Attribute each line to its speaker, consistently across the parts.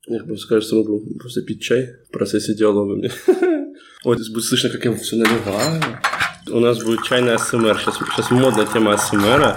Speaker 1: Мне просто кажется, мы будем просто пить чай в процессе диалога. Ой, здесь будет слышно, как я все наливаю. У нас будет чайный АСМР. Сейчас модная тема АСМРа.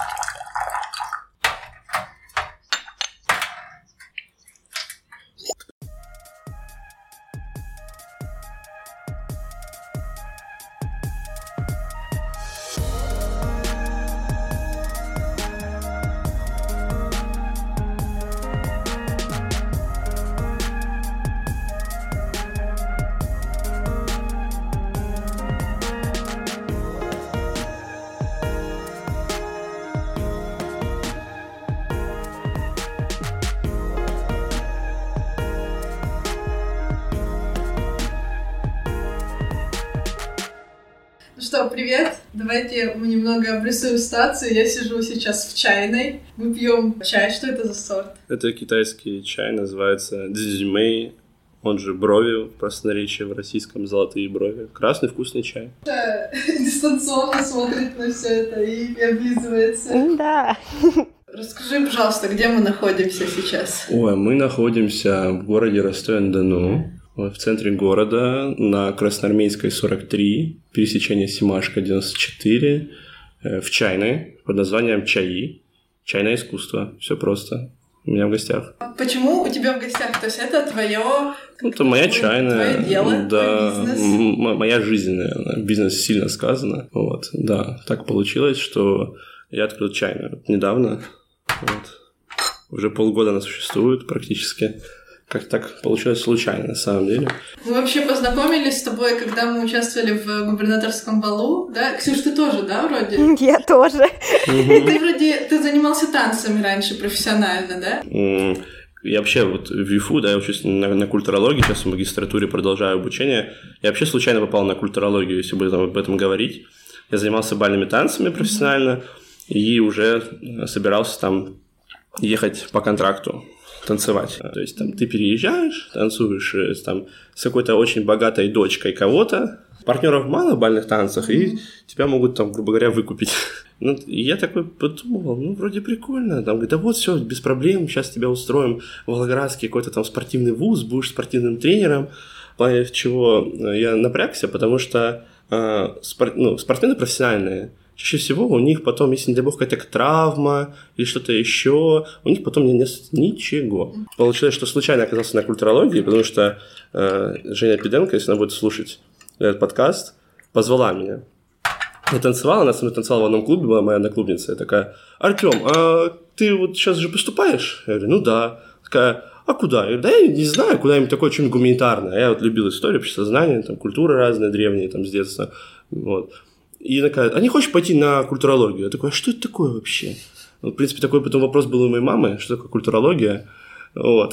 Speaker 2: Что, привет! Давайте мы немного обрисуем ситуацию. Я сижу сейчас в чайной. Мы пьем чай. Что это за сорт?
Speaker 1: Это китайский чай, называется дзюзюмэй, он же брови, в простонаречии в российском золотые брови. Красный вкусный чай.
Speaker 2: Дистанционно смотрит на все это и облизывается.
Speaker 3: Да.
Speaker 2: Расскажи, пожалуйста, где мы находимся сейчас?
Speaker 1: Ой, мы находимся в городе Ростове-на-Дону. В центре города, на Красноармейской 43, пересечение Семашко 94, в чайной, под названием «Чаи». Чайное искусство. Все просто. У меня в гостях.
Speaker 2: Почему у тебя в гостях? То есть это твое...
Speaker 1: Это моя чайная.
Speaker 2: Твое дело,
Speaker 1: да,
Speaker 2: твой бизнес?
Speaker 1: Моя жизнь, наверное. Бизнес сильно сказано. Вот, да, так получилось, что я открыл чайную недавно. Вот. Уже полгода она существует практически. Как так получилось случайно, на самом деле.
Speaker 2: Мы вообще познакомились с тобой, когда мы участвовали в губернаторском балу, да? Ксюш, ты тоже, да, вроде?
Speaker 3: Я тоже.
Speaker 2: Ты занимался танцами раньше профессионально, да?
Speaker 1: Я вообще вот в ЮФУ, да, я учусь на культурологии, сейчас в магистратуре продолжаю обучение. Я вообще случайно попал на культурологию, если будем об этом говорить. Я занимался бальными танцами профессионально и уже собирался там ехать по контракту танцевать. То есть там ты переезжаешь, танцуешь там с какой-то очень богатой дочкой кого-то. Партнеров мало в бальных танцах, и тебя могут там, грубо говоря, выкупить. Ну, и я такой подумал, вроде прикольно. Там говорит, да вот, все, без проблем, сейчас тебя устроим в Волгоградский какой-то там спортивный вуз, будешь спортивным тренером. В плане чего я напрягся, потому что спортсмены профессиональные. Чаще всего у них потом, если, не дай бог, какая-то травма или что-то еще, у них потом нет ничего. Получилось, что случайно оказался на культурологии, потому что Женя Пиденко, если она будет слушать этот подкаст, позвала меня. Я танцевала, она со мной танцевала в одном клубе, была моя одноклубница. Я такая, Артём, а ты вот сейчас же поступаешь? Я говорю, ну да. Такая, а куда? Я говорю, да я не знаю, куда-нибудь такое, что-нибудь гуманитарное. Я вот любил историю, обществознание, там культуры разные, древние, там с детства. Вот. И такая, а не хочешь пойти на культурологию? Я такой, а что это такое вообще? В принципе, такой потом вопрос был у моей мамы, что такое культурология. Вот.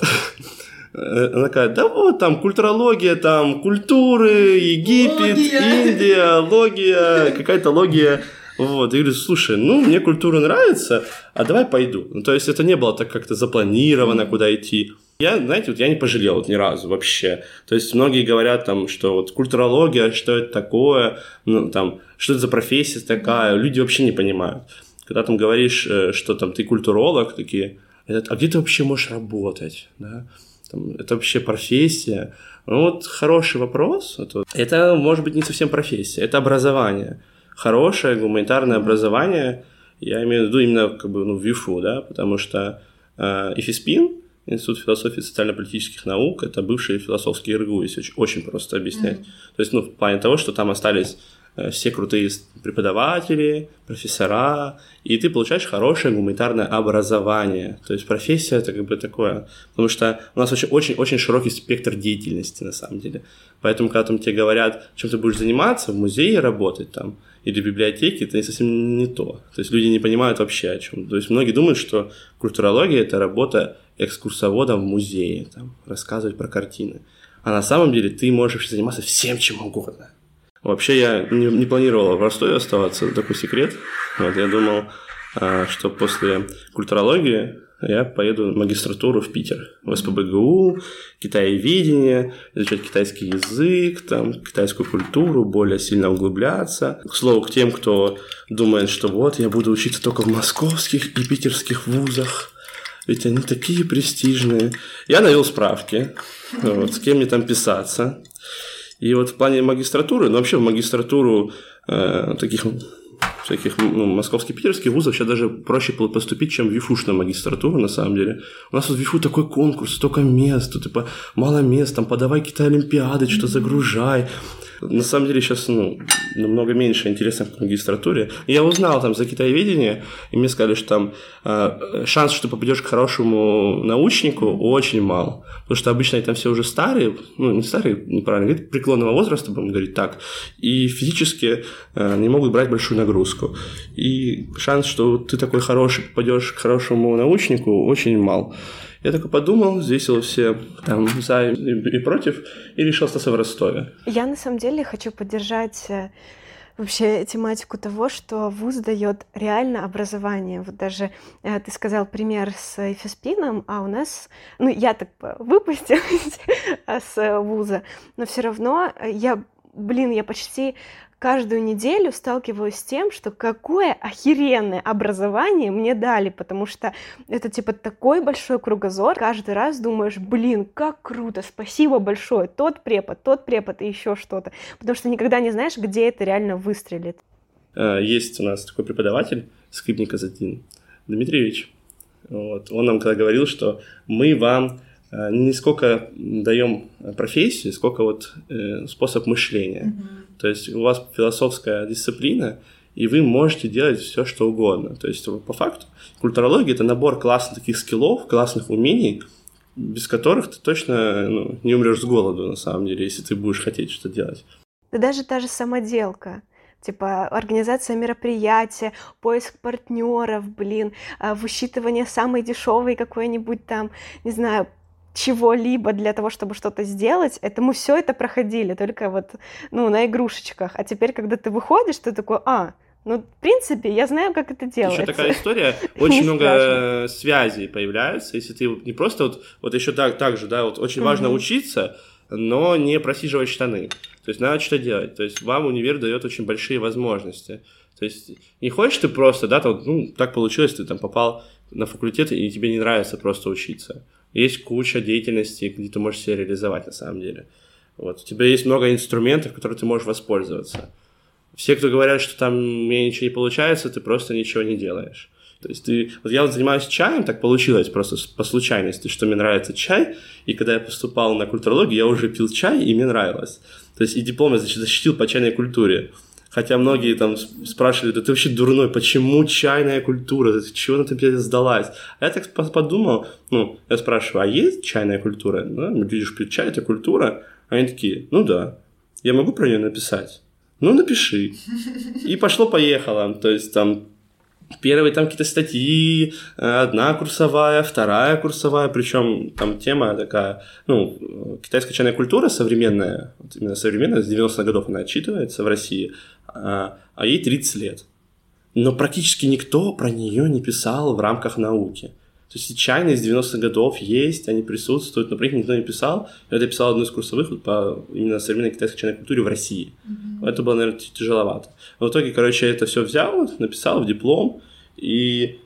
Speaker 1: Она такая, да вот там культурология, там культуры, Египет, Индия, логия, какая-то логия. Вот, я говорю, слушай, мне культура нравится, а давай пойду. То есть это не было так как-то запланировано, куда идти. Я, знаете, я не пожалел ни разу вообще. То есть многие говорят там, что вот культурология, что это такое, что это за профессия такая, люди вообще не понимают. Когда там говоришь, что там ты культуролог, такие, а где ты вообще можешь работать, да? Это вообще профессия. Вот хороший вопрос. Это может быть не совсем профессия, это образование. Хорошее гуманитарное образование, я имею в виду именно в ЮФУ, да, потому что ИФИСПИН, Институт философии и социально-политических наук, это бывший философский РГУ, если очень просто объяснять. То есть, в плане того, что там остались все крутые преподаватели, профессора, и ты получаешь хорошее гуманитарное образование. То есть профессия это такое. Потому что у нас очень широкий спектр деятельности на самом деле. Поэтому, когда там тебе говорят, чем ты будешь заниматься, в музее работать там, или в библиотеке, это не совсем не то. То есть люди не понимают вообще о чем. То есть многие думают, что культурология – это работа экскурсоводом в музее, рассказывать про картины. А на самом деле ты можешь заниматься всем чем угодно. Вообще я не планировал в Ростове оставаться, такой секрет. Вот, я думал, что после культурологии я поеду в магистратуру в Питер, в СПбГУ, китаеведение, изучать китайский язык, китайскую культуру, более сильно углубляться. К слову, к тем, кто думает, что вот я буду учиться только в московских и питерских вузах, ведь они такие престижные. Я навел справки, вот, с кем мне там писаться. И вот в плане магистратуры, ну вообще в магистратуру таких всяких московских, питерских вузов сейчас даже проще поступить, чем в ВИФУшную магистратуру, на самом деле. У нас вот в ВИФУ такой конкурс, столько мест, тут типа мало мест, там подавай какие-то олимпиады, что-то загружай. На самом деле сейчас намного меньше интересно к магистратуре. Я узнал там за китаеведение, и мне сказали, что там шанс, что ты попадешь к хорошему научнику, очень мал. Потому что обычно там все уже старые, ну не старые, неправильно говорить, преклонного возраста, будем говорить так, и физически не могут брать большую нагрузку. И шанс, что ты такой хороший попадешь к хорошему научнику, очень мал. Я такой подумал, взвесил все там за и против, и решил остаться в Ростове.
Speaker 3: Я на самом деле хочу поддержать вообще тематику того, что вуз дает реально образование. Вот даже ты сказал пример с ФСПИНом, а у нас, ну я так выпустилась с вуза, но все равно я почти каждую неделю сталкиваюсь с тем, что какое охеренное образование мне дали, потому что это типа такой большой кругозор. Каждый раз думаешь, как круто, спасибо большое, тот препод и еще что-то, потому что никогда не знаешь, где это реально выстрелит.
Speaker 1: Есть у нас такой преподаватель, Скрипник Азатин Дмитриевич. Вот. Он нам когда говорил, что мы вам не сколько даем профессию, сколько вот способ мышления. То есть у вас философская дисциплина, и вы можете делать все, что угодно. То есть по факту культурология – это набор классных таких скиллов, классных умений, без которых ты точно не умрешь с голоду, на самом деле, если ты будешь хотеть что-то делать.
Speaker 3: Да даже та же самоделка. Типа организация мероприятия, поиск партнеров, высчитывание самой дешевой какой-нибудь там, не знаю, чего-либо для того, чтобы что-то сделать, это мы все это проходили, только вот, на игрушечках. А теперь, когда ты выходишь, ты такой, в принципе, я знаю, как это делается.
Speaker 1: Еще такая история, очень много связей появляется, если ты не просто вот еще так же, да, вот очень важно учиться, но не просиживать штаны. То есть надо что-то делать. То есть вам универ дает очень большие возможности. То есть не хочешь ты просто, да, так получилось, ты там попал на факультет, и тебе не нравится просто учиться. Есть куча деятельности, где ты можешь себя реализовать на самом деле. Вот. У тебя есть много инструментов, которыми ты можешь воспользоваться. Все, кто говорят, что там у меня ничего не получается, ты просто ничего не делаешь. То есть я занимаюсь чаем, так получилось просто по случайности, что мне нравится чай, и когда я поступал на культурологию, я уже пил чай, и мне нравилось. То есть и диплом я защитил по чайной культуре. Хотя многие там спрашивали, да ты вообще дурной, почему чайная культура, чего она тебе сдалась? А я так подумал, я спрашиваю, а есть чайная культура? Видишь, чай – это культура. А они такие, да, я могу про нее написать? Напиши. И пошло-поехало, то есть там первые там какие-то статьи, одна курсовая, вторая курсовая, причем там тема такая, китайская чайная культура современная, вот именно современная, с 90-х годов она отчитывается в России, а ей 30 лет. Но практически никто про нее не писал в рамках науки. То есть и чайные с 90-х годов есть, они присутствуют, но про них никто не писал. Я писал одну из курсовых по именно современной китайской чайной культуре в России. Это было, наверное, тяжеловато. Но в итоге, я это все взял, написал в диплом, и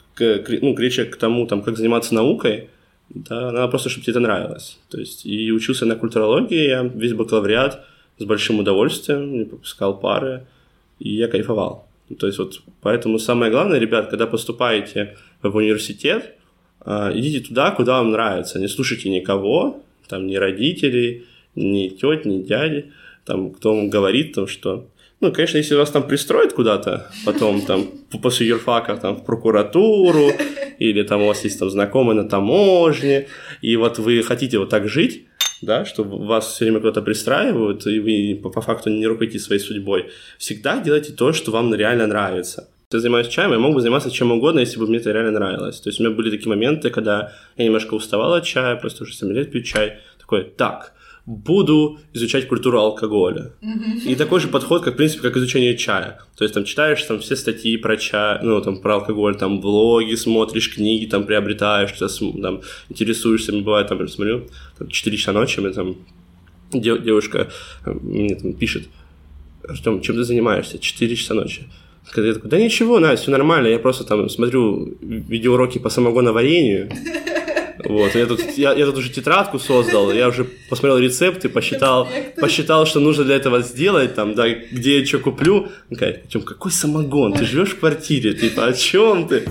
Speaker 1: речь к тому, как заниматься наукой, да, надо просто, чтобы тебе это нравилось. То есть и учился на культурологии, я весь бакалавриат с большим удовольствием, не пропускал пары, и я кайфовал. То есть поэтому самое главное, ребят, когда поступаете в университет, идите туда, куда вам нравится, не слушайте никого, там ни родителей, ни тёть, ни дяди, там кто вам говорит, что... конечно, если вас там пристроят куда-то, потом там после юрфака там в прокуратуру, или там у вас есть там знакомые на таможне, и вы хотите так жить, да, что вас все время куда-то пристраивают, и вы по факту не руководите своей судьбой, всегда делайте то, что вам реально нравится. Я занимаюсь чаем, я мог бы заниматься чем угодно, если бы мне это реально нравилось. То есть у меня были такие моменты, когда я немножко уставал от чая, просто уже 7 лет пью чай, такой, буду изучать культуру алкоголя. И такой же подход, в принципе, как изучение чая. То есть там читаешь все статьи про чай, про алкоголь, блоги смотришь, книги приобретаешь, что-то интересуешься. Бывает, смотрю, 4 часа ночи, мне девушка мне пишет, Артём, чем ты занимаешься? 4 часа ночи. Я такой, да ничего, Настя, все нормально, я просто там смотрю видеоуроки по самогоноварению. Вот, я тут уже тетрадку создал, я уже посмотрел рецепты, посчитал, что нужно для этого сделать, там, да, где я что куплю. Такая, Тём, какой самогон? Ты живешь в квартире, типа, о чем ты?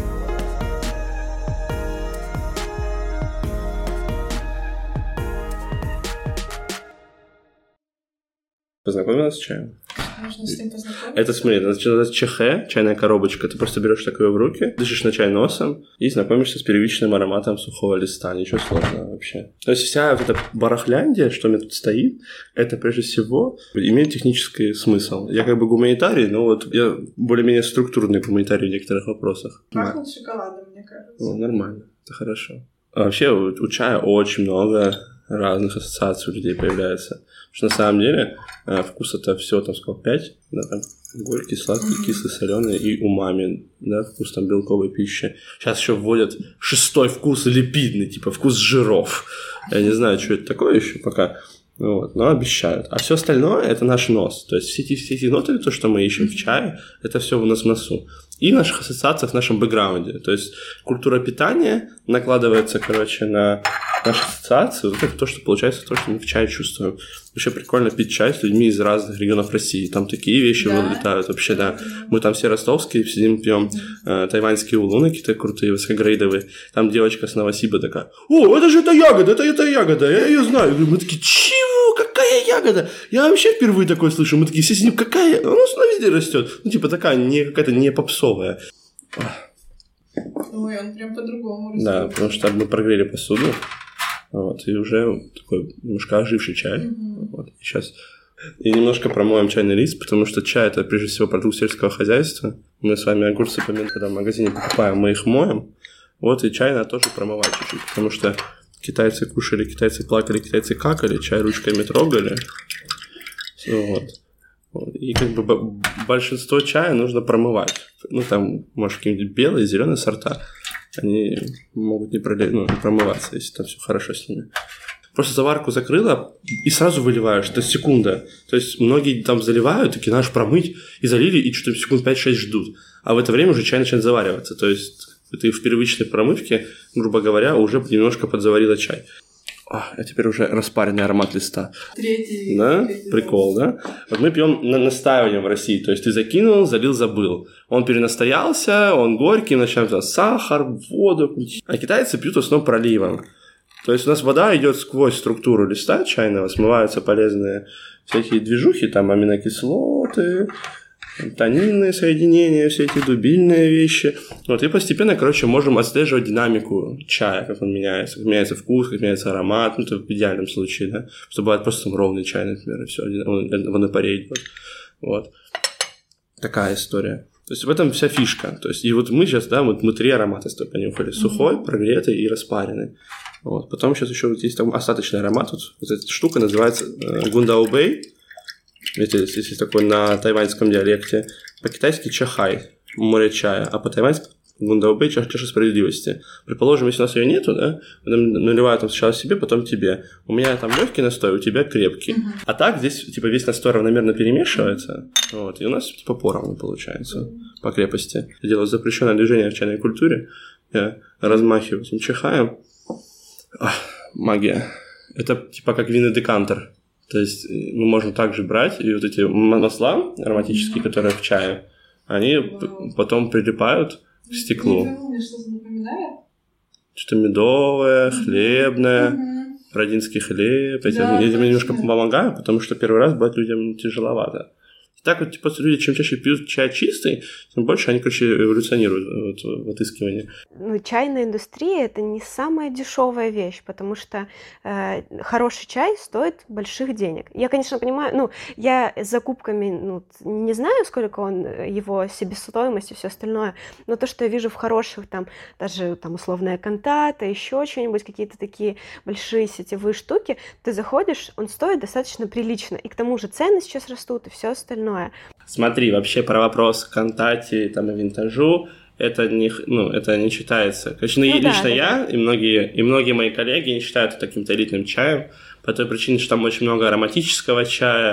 Speaker 1: Познакомилась с чаем?
Speaker 2: Можно с ним познакомиться?
Speaker 1: Это, смотри, это называется ЧХ, чайная коробочка. Ты просто берешь такое в руки, дышишь на чай носом и знакомишься с первичным ароматом сухого листа. Ничего сложного вообще. То есть вся вот эта барахляндия, что у меня тут стоит, это прежде всего имеет технический смысл. Я как бы гуманитарий, но вот я более-менее структурный гуманитарий в некоторых вопросах.
Speaker 2: Пахнет шоколадом, мне кажется.
Speaker 1: Ну, нормально, это хорошо. А вообще у чая очень много разных ассоциаций у людей появляется. Потому что на самом деле вкус это всего там сколько, 5? Да, там горький, сладкий, кислый, соленый и умами, да, вкус там белковой пищи. Сейчас еще вводят 6-й вкус липидный, типа вкус жиров. Я не знаю, что это такое еще пока. Вот, но обещают. А все остальное это наш нос. То есть все эти ноты, то, что мы ищем в чае, это все у нас в носу. И в наших ассоциациях, в нашем бэкграунде. То есть культура питания накладывается, короче, на наши ассоциации. Вот это то, что получается, то, что мы в чае чувствуем. Еще прикольно пить чай с людьми из разных регионов России. Там такие вещи вылетают вообще, да. Мы там все ростовские, сидим, пьем тайваньские улуны какие-то крутые, высокогрейдовые. Там девочка с Новосиба такая: о, это же эта ягода, это ягода, я ее знаю. Мы такие, чего? Какая ягода? Я вообще впервые такое слышу. Мы такие все с ним, какая? Она везде растет. Ну, типа такая, не какая-то не попсовая.
Speaker 2: Ой, он прям по-другому растет.
Speaker 1: Да, потому что мы прогрели посуду. Вот, и уже такой немножко оживший чай. Вот, и сейчас и немножко промоем чайный лист, потому что чай это прежде всего продукт сельского хозяйства. Мы с вами огурцы, помимо, когда в магазине покупаем, мы их моем. Вот и чай надо тоже промывать чуть-чуть, потому что китайцы кушали, китайцы плакали, китайцы какали, чай ручками трогали. Вот. И как бы большинство чая нужно промывать. Ну, там, может, какие-нибудь белые, зеленые сорта, они могут не промываться, если там все хорошо с ними. Просто заварку закрыла и сразу выливаешь, это секунда. То есть многие там заливают, такие, надо промыть, и залили, и что-то секунд 5-6 ждут. А в это время уже чай начинает завариваться. То есть ты в первичной промывке, грубо говоря, уже немножко подзаварила чай. А теперь уже распаренный аромат листа.
Speaker 2: Третий.
Speaker 1: Да? Прикол, да? Вот мы пьем настаиванием в России. То есть ты закинул, залил, забыл. Он перенастоялся, он горький, начинает сахар, воду. А китайцы пьют в основном проливом. То есть у нас вода идет сквозь структуру листа чайного, смываются полезные всякие движухи, там аминокислоты, тонинные соединения, все эти дубильные вещи. Вот, и постепенно, короче, можем отслеживать динамику чая, как он меняется, как меняется вкус, как меняется аромат, ну, это в идеальном случае, да, что бывает просто там ровный чай, например, и все, он в однопаре идет. Вот. Такая история. То есть в этом вся фишка. То есть, и вот мы сейчас, да, вот мы 3 аромата с тобой понюхали. Сухой, прогретый и распаренный. Вот. Потом сейчас еще вот есть там остаточный аромат. Вот эта штука называется гундаобэй. Если такой на тайваньском диалекте. По-китайски чахай, море чая, а по-тайваньски гундаобэй, чаша справедливости. Предположим, если у нас ее нету, да, наливаю там сначала себе, потом тебе. У меня там легкий настой, у тебя крепкий. А так здесь типа весь настой равномерно перемешивается, вот, и у нас типа поровну получается по крепости. Я делаю запрещенное движение в чайной культуре. Я размахиваю этим чахаем. Магия. Это типа как винный декантер. То есть мы можем также брать, и вот эти масла ароматические, которые в чае, они потом прилипают к стеклу.
Speaker 2: Мне что-то напоминает?
Speaker 1: Что-то медовое, хлебное, родинский хлеб. Я этим немножко помогаю, потому что первый раз бывает людям тяжеловато. И так вот, типа, люди, чем чаще пьют чай чистый, тем больше они, короче, эволюционируют в отыскивании.
Speaker 3: Ну, чайная индустрия – это не самая дешевая вещь, потому что хороший чай стоит больших денег. Я, конечно, понимаю, я с закупками, не знаю, сколько его себестоимость и все остальное, но то, что я вижу в хороших, там, даже там условная Кантата, еще что-нибудь, какие-то такие большие сетевые штуки, ты заходишь, он стоит достаточно прилично, и к тому же цены сейчас растут и все остальное.
Speaker 1: Смотри, вообще про вопрос Кантати там, и винтажу, это не считается. Конечно, я и многие мои коллеги не считают это каким-то элитным чаем, по той причине, что там очень много ароматического чая,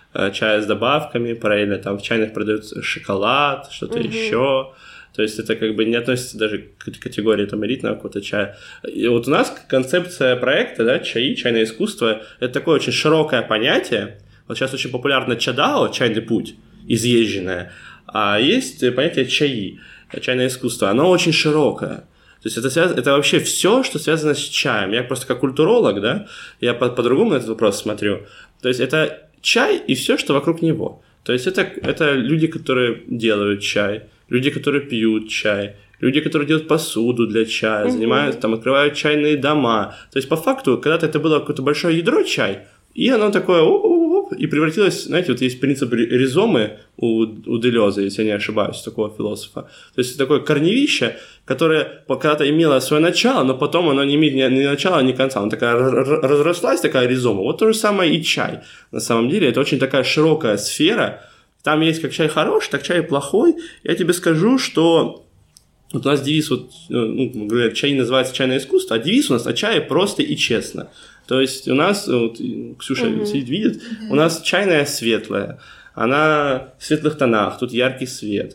Speaker 1: чая с добавками, параллельно там в чайных продается шоколад, что-то еще. То есть это как бы не относится даже к категории там элитного какого-то чая. И вот у нас концепция проекта, да, чаи, чайное искусство, это такое очень широкое понятие. Вот сейчас очень популярно чадао, чайный путь, изъезженное, а есть понятие чаи, чайное искусство. Оно очень широкое. То есть это вообще все, что связано с чаем. Я просто как культуролог, да, я по-другому на этот вопрос смотрю. То есть это чай и все, что вокруг него. То есть это люди, которые делают чай, люди, которые пьют чай, люди, которые делают посуду для чая, занимаются, там, открывают чайные дома. То есть, по факту, когда-то это было какое-то большое ядро чай, и оно такое и превратилось, знаете, вот есть принцип ризомы у Делеза, если я не ошибаюсь, такого философа. То есть, такое корневище, которое когда-то имело свое начало, но потом оно не имеет ни начала, ни конца. Она такая разрослась, такая ризома. Вот то же самое и чай. На самом деле, это очень такая широкая сфера. Там есть как чай хороший, так чай плохой. Я тебе скажу, что вот у нас девиз, говорят, чай называется чайное искусство, а девиз у нас о чае просто и честно. То есть у нас, вот, Ксюша сидит, видит, у нас чайная светлая, она в светлых тонах, тут яркий свет.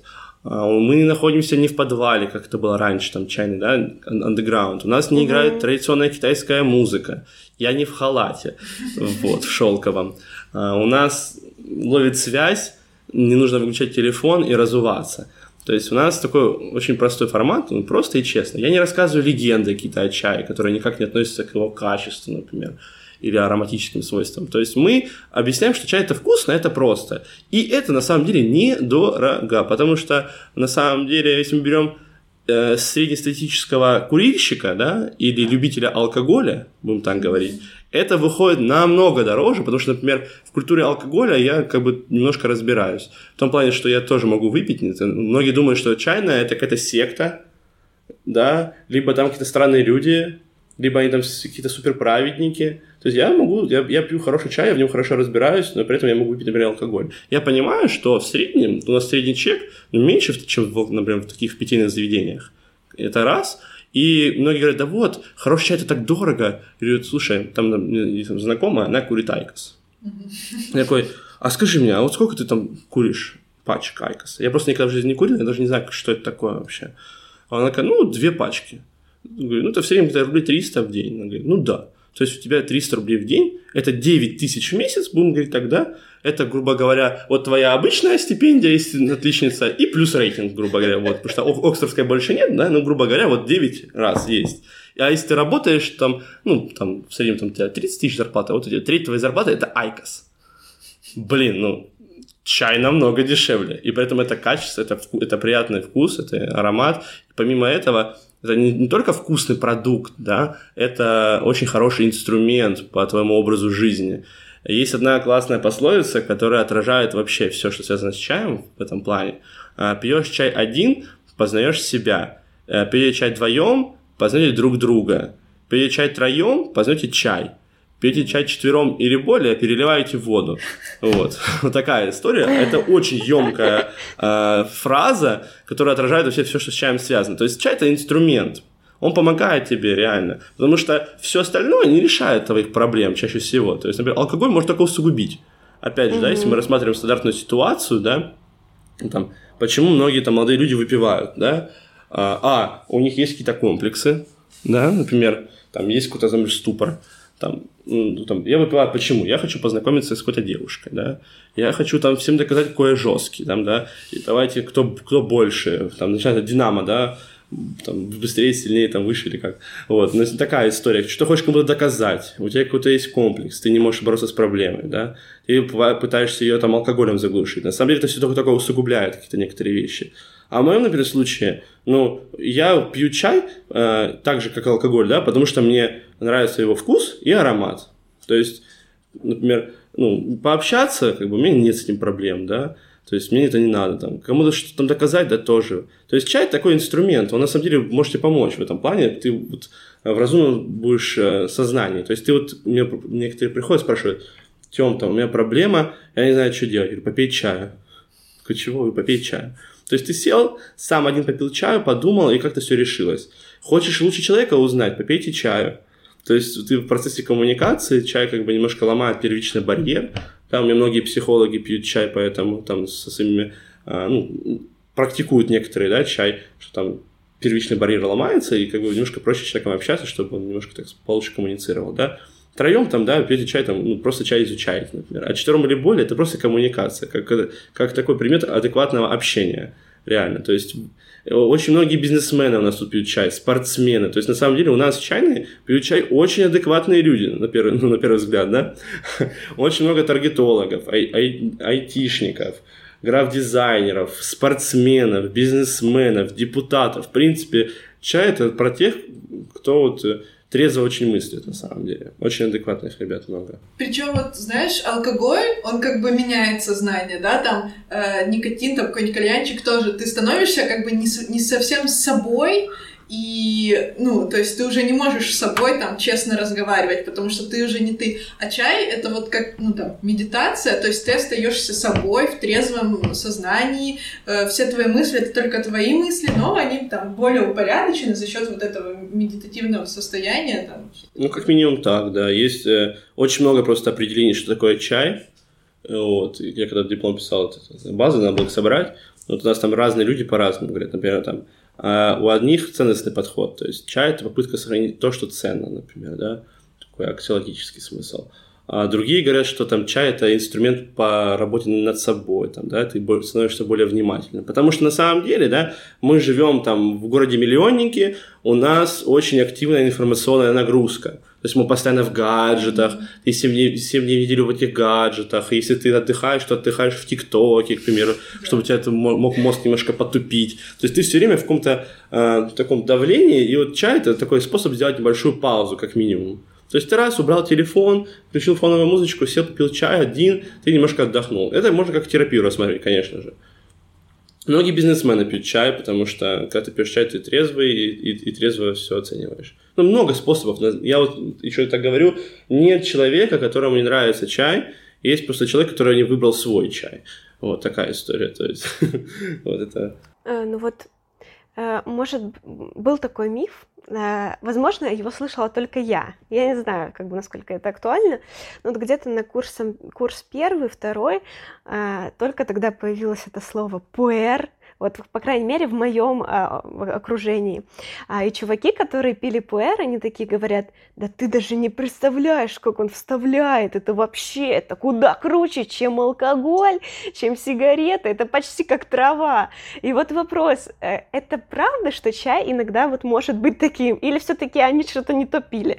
Speaker 1: Мы находимся не в подвале, как это было раньше, там чайный, да, underground. У нас не играет традиционная китайская музыка. Я не в халате, вот, в шелковом. У нас ловит связь, не нужно выключать телефон и разуваться. То есть у нас такой очень простой формат, просто и честно. Я не рассказываю легенды какие-то о чае, которые никак не относятся к его качеству, например, или ароматическим свойствам. То есть мы объясняем, что чай это вкусно, это просто. И это на самом деле недорого, потому что на самом деле, если мы берем среднестатистического курильщика, да, или любителя алкоголя, будем так говорить, это выходит намного дороже, потому что, например, в культуре алкоголя я как бы немножко разбираюсь. В том плане, что я тоже могу выпить. Многие думают, что чайная – это какая-то секта, да, либо там какие-то странные люди, либо они там какие-то суперправедники. То есть я пью хороший чай, я в нем хорошо разбираюсь, но при этом я могу выпить, например, алкоголь. Я понимаю, что в среднем, у нас средний чек меньше, чем, например, в таких питейных заведениях. Это раз. И многие говорят, да вот, хороший чай – это так дорого. Я говорю, слушай, там знакомая, она курит айкос. Я такой, а скажи мне, а вот сколько ты там куришь пачек айкоса? Я просто никогда в жизни не курил, я даже не знаю, что это такое вообще. А она такая, 2 пачки. Я говорю, это в среднем где-то рублей 300 в день. Она говорит, да. То есть у тебя 300 рублей в день, это 9 тысяч в месяц, будем говорить тогда. Это, грубо говоря, вот твоя обычная стипендия, если отличница, и плюс рейтинг, грубо говоря, вот. Потому что Оксфордской больше нет, да, но, грубо говоря, вот 9 раз есть. А если ты работаешь, там, в среднем там, у тебя 30 тысяч зарплата, а вот у тебя треть твоей зарплаты – это айкос. Блин, чай намного дешевле. И поэтому это качество, это приятный вкус, это аромат. И помимо этого, это не только вкусный продукт, да, это очень хороший инструмент по твоему образу жизни. Есть одна классная пословица, которая отражает вообще все, что связано с чаем в этом плане. Пьешь чай один, познаешь себя. Пьете чай вдвоем, познаете друг друга. Пьете чай троем, познаете чай. Пьете чай 4 или более, переливаете воду. Вот такая история. Это очень емкая фраза, которая отражает вообще все, что с чаем связано. То есть чай – это инструмент. Он помогает тебе реально. Потому что все остальное не решает твоих проблем чаще всего. То есть, например, алкоголь может только усугубить. Опять же, да, если мы рассматриваем стандартную ситуацию, да, там, почему многие там молодые люди выпивают, да? У них есть какие-то комплексы, да, например, там есть какой-то, например, ступор. Я выпиваю почему? Я хочу познакомиться с какой-то девушкой, да? Я хочу там всем доказать, какой я жесткий, там, да? И давайте, кто больше, там, начинается динамо, да? Там, быстрее, сильнее, там, выше или как. Вот, но такая история. Что ты хочешь кому-то доказать? У тебя какой-то есть комплекс, ты не можешь бороться с проблемой, да? Ты пытаешься ее там алкоголем заглушить. На самом деле это все только усугубляет какие-то некоторые вещи. А в моем, например, случае, я пью чай так же, как алкоголь, да, потому что мне нравится его вкус и аромат. То есть, например, пообщаться, как бы, у меня нет с этим проблем, да. То есть мне это не надо, там, кому-то что-то там доказать, да, тоже. То есть чай такой инструмент, он на самом деле может тебе помочь в этом плане, ты вот в разумном будешь сознании. То есть ты вот, мне некоторые приходят, спрашивают, Тём, там, у меня проблема, я не знаю, что делать. Я говорю, попей чаю. Чего вы, попей чаю? То есть ты сел, сам один попил чаю, подумал, и как-то все решилось. Хочешь лучше человека узнать, попейте чаю. То есть ты в процессе коммуникации, чай как бы немножко ломает первичный барьер, Да, у меня многие психологи пьют чай, поэтому там со своими, практикуют некоторые, да, чай, что там первичный барьер ломается, и как бы немножко проще с человеком общаться, чтобы он немножко так получше коммуницировал, да. Втроем там, да, пьете чай, там, просто чай изучаете, например. А 4 или более – это просто коммуникация, как такой предмет адекватного общения, реально. То есть очень многие бизнесмены у нас тут пьют чай, спортсмены. То есть на самом деле у нас чайные пьют чай очень адекватные люди, на первый взгляд, да. Очень много таргетологов, айтишников, граф-дизайнеров, спортсменов, бизнесменов, депутатов. В принципе, чай – это про тех, кто вот трезво очень мыслит, на самом деле. Очень адекватных ребят много.
Speaker 2: Причем, вот, знаешь, алкоголь, он как бы меняет сознание, да, там никотин, там какой-нибудь кальянчик тоже. Ты становишься как бы не совсем с собой, и, то есть ты уже не можешь с собой там честно разговаривать, потому что ты уже не ты. А чай — это вот как, медитация, то есть ты остаешься собой в трезвом сознании, все твои мысли — это только твои мысли, но они там более упорядочены за счет вот этого медитативного состояния. Там.
Speaker 1: Как минимум так, да. Есть очень много просто определений, что такое чай. Вот. Я когда диплом писал, базу надо было собрать. Вот у нас там разные люди по-разному говорят. Например, там у одних ценностный подход, то есть чай – это попытка сохранить то, что ценно, например, да, такой аксиологический смысл. А другие говорят, что там чай – это инструмент по работе над собой, там, да, ты становишься более внимательным. Потому что на самом деле, да, мы живем там в городе-миллионнике, у нас очень активная информационная нагрузка. То есть мы постоянно в гаджетах, ты 7 дней в неделю в этих гаджетах, и если ты отдыхаешь, то отдыхаешь в ТикТоке, к примеру, чтобы у тебя мог мозг немножко потупить. То есть ты все время в каком-то таком давлении, и вот чай – это такой способ сделать небольшую паузу, как минимум. То есть ты раз убрал телефон, включил фоновую музычку, сел, попил чай один, ты немножко отдохнул. Это можно как терапию рассмотреть, конечно же. Многие бизнесмены пьют чай, потому что когда ты пьешь чай, ты трезвый и трезво все оцениваешь. Много способов. Я вот еще так говорю, нет человека, которому не нравится чай, есть просто человек, который не выбрал свой чай. Вот такая история. То есть, вот это.
Speaker 3: Может, был такой миф, возможно, его слышала только я. Я не знаю, насколько это актуально, но вот где-то на курс 1, 2, только тогда появилось это слово «пуэр», вот, по крайней мере, в моем окружении. И чуваки, которые пили пуэр, они такие говорят: да ты даже не представляешь, как он вставляет, это вообще, это куда круче, чем алкоголь, чем сигареты, это почти как трава. И вот вопрос, это правда, что чай иногда вот может быть таким, или все-таки они что-то не то пили?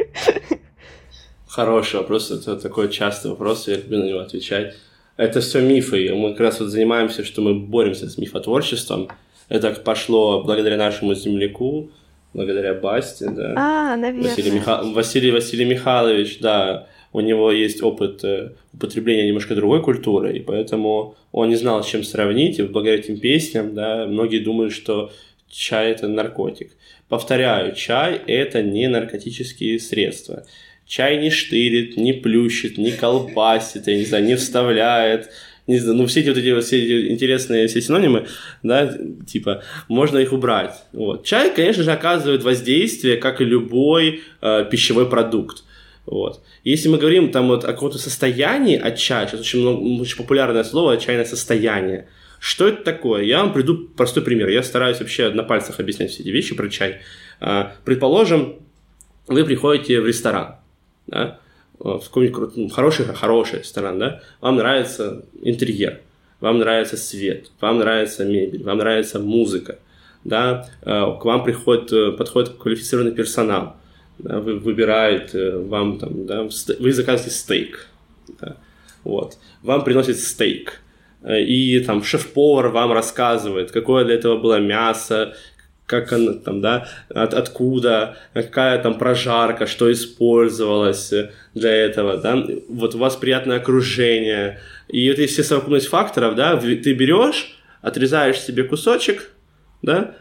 Speaker 1: Хороший вопрос, это такой частый вопрос, я люблю на него отвечать. Это все мифы, мы как раз вот занимаемся, что мы боремся с мифотворчеством. Это пошло благодаря нашему земляку, благодаря Басте, да.
Speaker 3: Наверное.
Speaker 1: Василий Михайлович, да, у него есть опыт употребления немножко другой культуры, и поэтому он не знал, с чем сравнить, и благодаря этим песням, да, многие думают, что чай – это наркотик. Повторяю, чай – это не наркотические средства. Чай не штырит, не плющит, не колбасит, я не знаю, не вставляет, не знаю, все эти интересные все синонимы, да, типа, можно их убрать. Вот. Чай, конечно же, оказывает воздействие, как и любой пищевой продукт. Вот. Если мы говорим там вот о каком-то состоянии от чая, сейчас очень популярное слово «чайное состояние». Что это такое? Я вам приведу простой пример. Я стараюсь вообще на пальцах объяснять все эти вещи про чай. Предположим, вы приходите в ресторан. Да, в какой-нибудь хороший ресторан, да, вам нравится интерьер, вам нравится свет, вам нравится мебель, вам нравится музыка, да, к вам подходит квалифицированный персонал, да, вы выбираете, вам там, да, вы заказываете стейк, да, вот, вам приносят стейк, и там шеф-повар вам рассказывает, какое для этого было мясо, как она там, да, откуда, какая там прожарка, что использовалось для этого, да, вот у вас приятное окружение, и это все совокупность факторов, да, ты берешь, отрезаешь себе кусочек, да,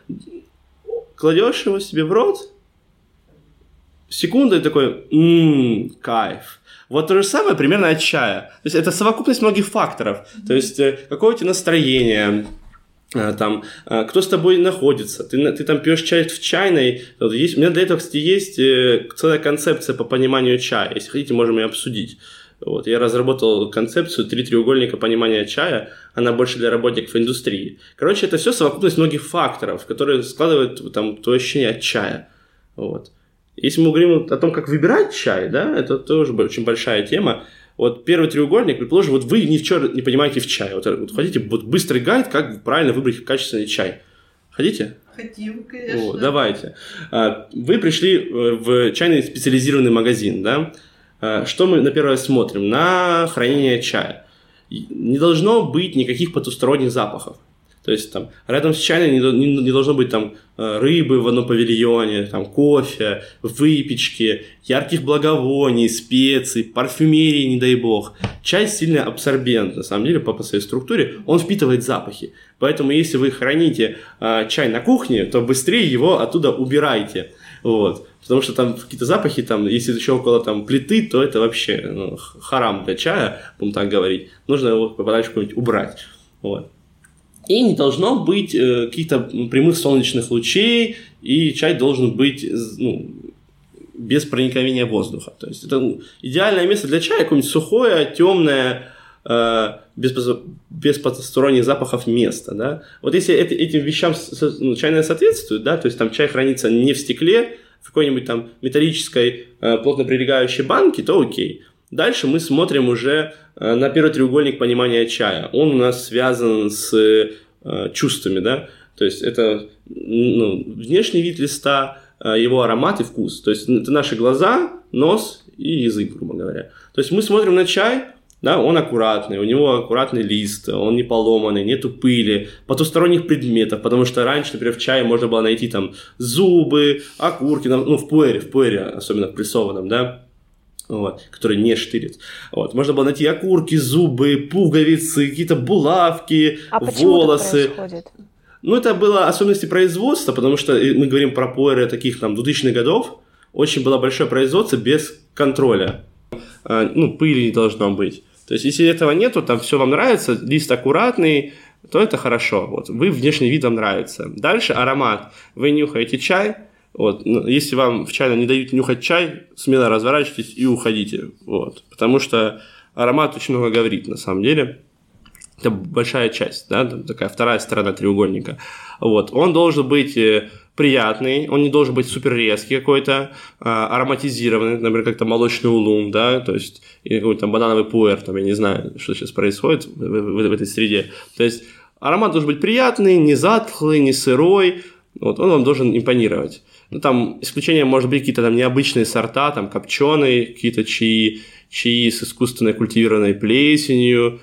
Speaker 1: кладешь его себе в рот, секунду и такой, кайф. Вот то же самое примерно от чая, то есть это совокупность многих факторов, то есть какое у тебя настроение, там, кто с тобой находится, ты там пьешь чай в чайной, вот есть, у меня для этого, кстати, есть целая концепция по пониманию чая, если хотите, можем ее обсудить. Вот. Я разработал концепцию 3 треугольника понимания чая, она больше для работников индустрии. Короче, это все совокупность многих факторов, которые складывают там твое ощущение от чая. Вот. Если мы говорим о том, как выбирать чай, да, это тоже очень большая тема. Вот первый треугольник, предположим, вот вы ничего не понимаете в чае. Вот хотите вот быстрый гайд, как правильно выбрать качественный чай. Хотите?
Speaker 2: Хотим, конечно.
Speaker 1: Вот, давайте. Вы пришли в чайный специализированный магазин, да? Что мы на первое смотрим? На хранение чая. Не должно быть никаких потусторонних запахов. То есть там рядом с чайной не должно быть там рыбы в одном павильоне, там кофе, выпечки, ярких благовоний, специй, парфюмерии, не дай бог. Чай сильный абсорбент, на самом деле, по своей структуре, он впитывает запахи. Поэтому если вы храните чай на кухне, то быстрее его оттуда убирайте. Вот. Потому что там какие-то запахи, там, если еще около там, плиты, то это вообще харам для чая, будем так говорить. Нужно его подальше куда-нибудь убрать. Вот. И не должно быть каких-то прямых солнечных лучей, и чай должен быть без проникновения воздуха. То есть это идеальное место для чая, какое-нибудь сухое, темное, без потусторонних запахов место. Да? Вот если этим вещам чайное соответствует, да, то есть там чай хранится не в стекле, в какой-нибудь там металлической плотно прилегающей банке, то окей. Дальше мы смотрим уже на первый треугольник понимания чая. Он у нас связан с чувствами, да, то есть это внешний вид листа, его аромат и вкус. То есть это наши глаза, нос и язык, грубо говоря. То есть мы смотрим на чай, да, он аккуратный, у него аккуратный лист, он не поломанный, нету пыли, потусторонних предметов, потому что раньше, например, в чае можно было найти там зубы, окурки, в пуэре, особенно в прессованном, да, вот, который не штырит. Вот. Можно было найти окурки, зубы, пуговицы, какие-то булавки, волосы.
Speaker 3: Так происходит?
Speaker 1: Это было особенности производства, потому что мы говорим про пуэры таких там 2000-х годов. Очень было большое производство без контроля. Пыли не должно быть. То есть, если этого нету, там все вам нравится, лист аккуратный, то это хорошо. Вот. Вы внешний вид вам нравится. Дальше аромат. Вы нюхаете чай. Вот. Если вам в чайном не дают нюхать чай, смело разворачивайтесь и уходите. Вот. Потому что аромат очень много говорит, на самом деле. Это большая часть, да, такая вторая сторона треугольника. Вот. Он должен быть приятный, он не должен быть супер резкий какой-то, ароматизированный, например, как-то молочный улун, да, то есть какой-то банановый пуэр, там, я не знаю, что сейчас происходит в этой среде. То есть аромат должен быть приятный, не затхлый, не сырой, вот, он вам должен импонировать. Там исключением может быть какие-то там необычные сорта, там копченые, какие-то чаи с искусственно культивированной плесенью,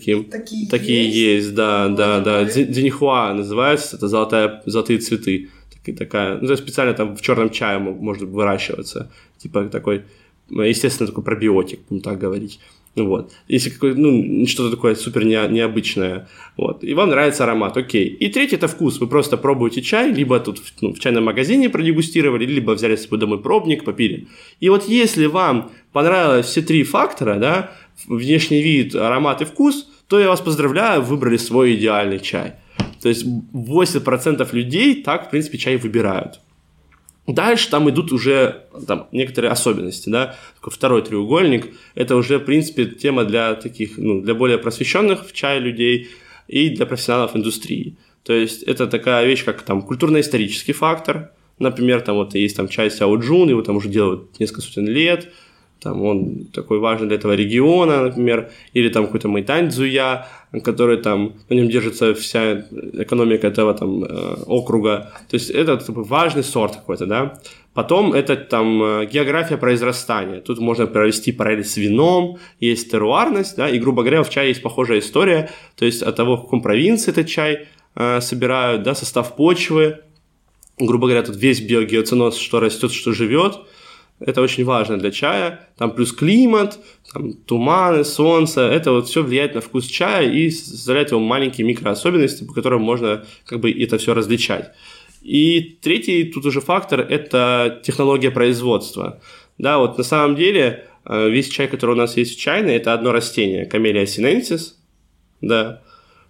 Speaker 1: такие есть, да. Дзиньхуа называется, это золотые цветы. Такая, специально там в черном чае может выращиваться. Типа такой, естественно, такой пробиотик, будем так говорить. Вот. Если что-то такое супер необычное. Вот. И вам нравится аромат, окей. И третий – это вкус. Вы просто пробуете чай, либо тут в чайном магазине продегустировали, либо взяли с собой домой пробник, попили. И вот если вам понравилось все 3 фактора, да, внешний вид, аромат и вкус, то я вас поздравляю, выбрали свой идеальный чай. То есть 80% людей так, в принципе, чай выбирают. Дальше там идут уже некоторые особенности, да. Такой второй треугольник. Это уже, в принципе, тема для таких, для более просвещенных в чае людей и для профессионалов индустрии. То есть это такая вещь, как там культурно-исторический фактор. Например, там вот есть там чай Сяо Джун, его там уже делают несколько сотен лет. Там он такой важный для этого региона, например, или там какой-то Мэйтань Цзуя, который там, на нем держится вся экономика этого там округа. То есть это важный сорт какой-то, да. Потом это там география произрастания. Тут можно провести параллель с вином, есть теруарность, да, и, грубо говоря, в чае есть похожая история, то есть от того, в каком провинции этот чай собирают, да, состав почвы, грубо говоря, тут весь биогеоценоз, что растет, что живет. Это очень важно для чая. Там плюс климат, там туманы, солнце. Это вот все влияет на вкус чая и составляет его маленькие микроособенности, по которым можно как бы это все различать. И третий тут уже фактор – это технология производства. Да, вот на самом деле весь чай, который у нас есть в чайной, это одно растение – Camellia sinensis. Да.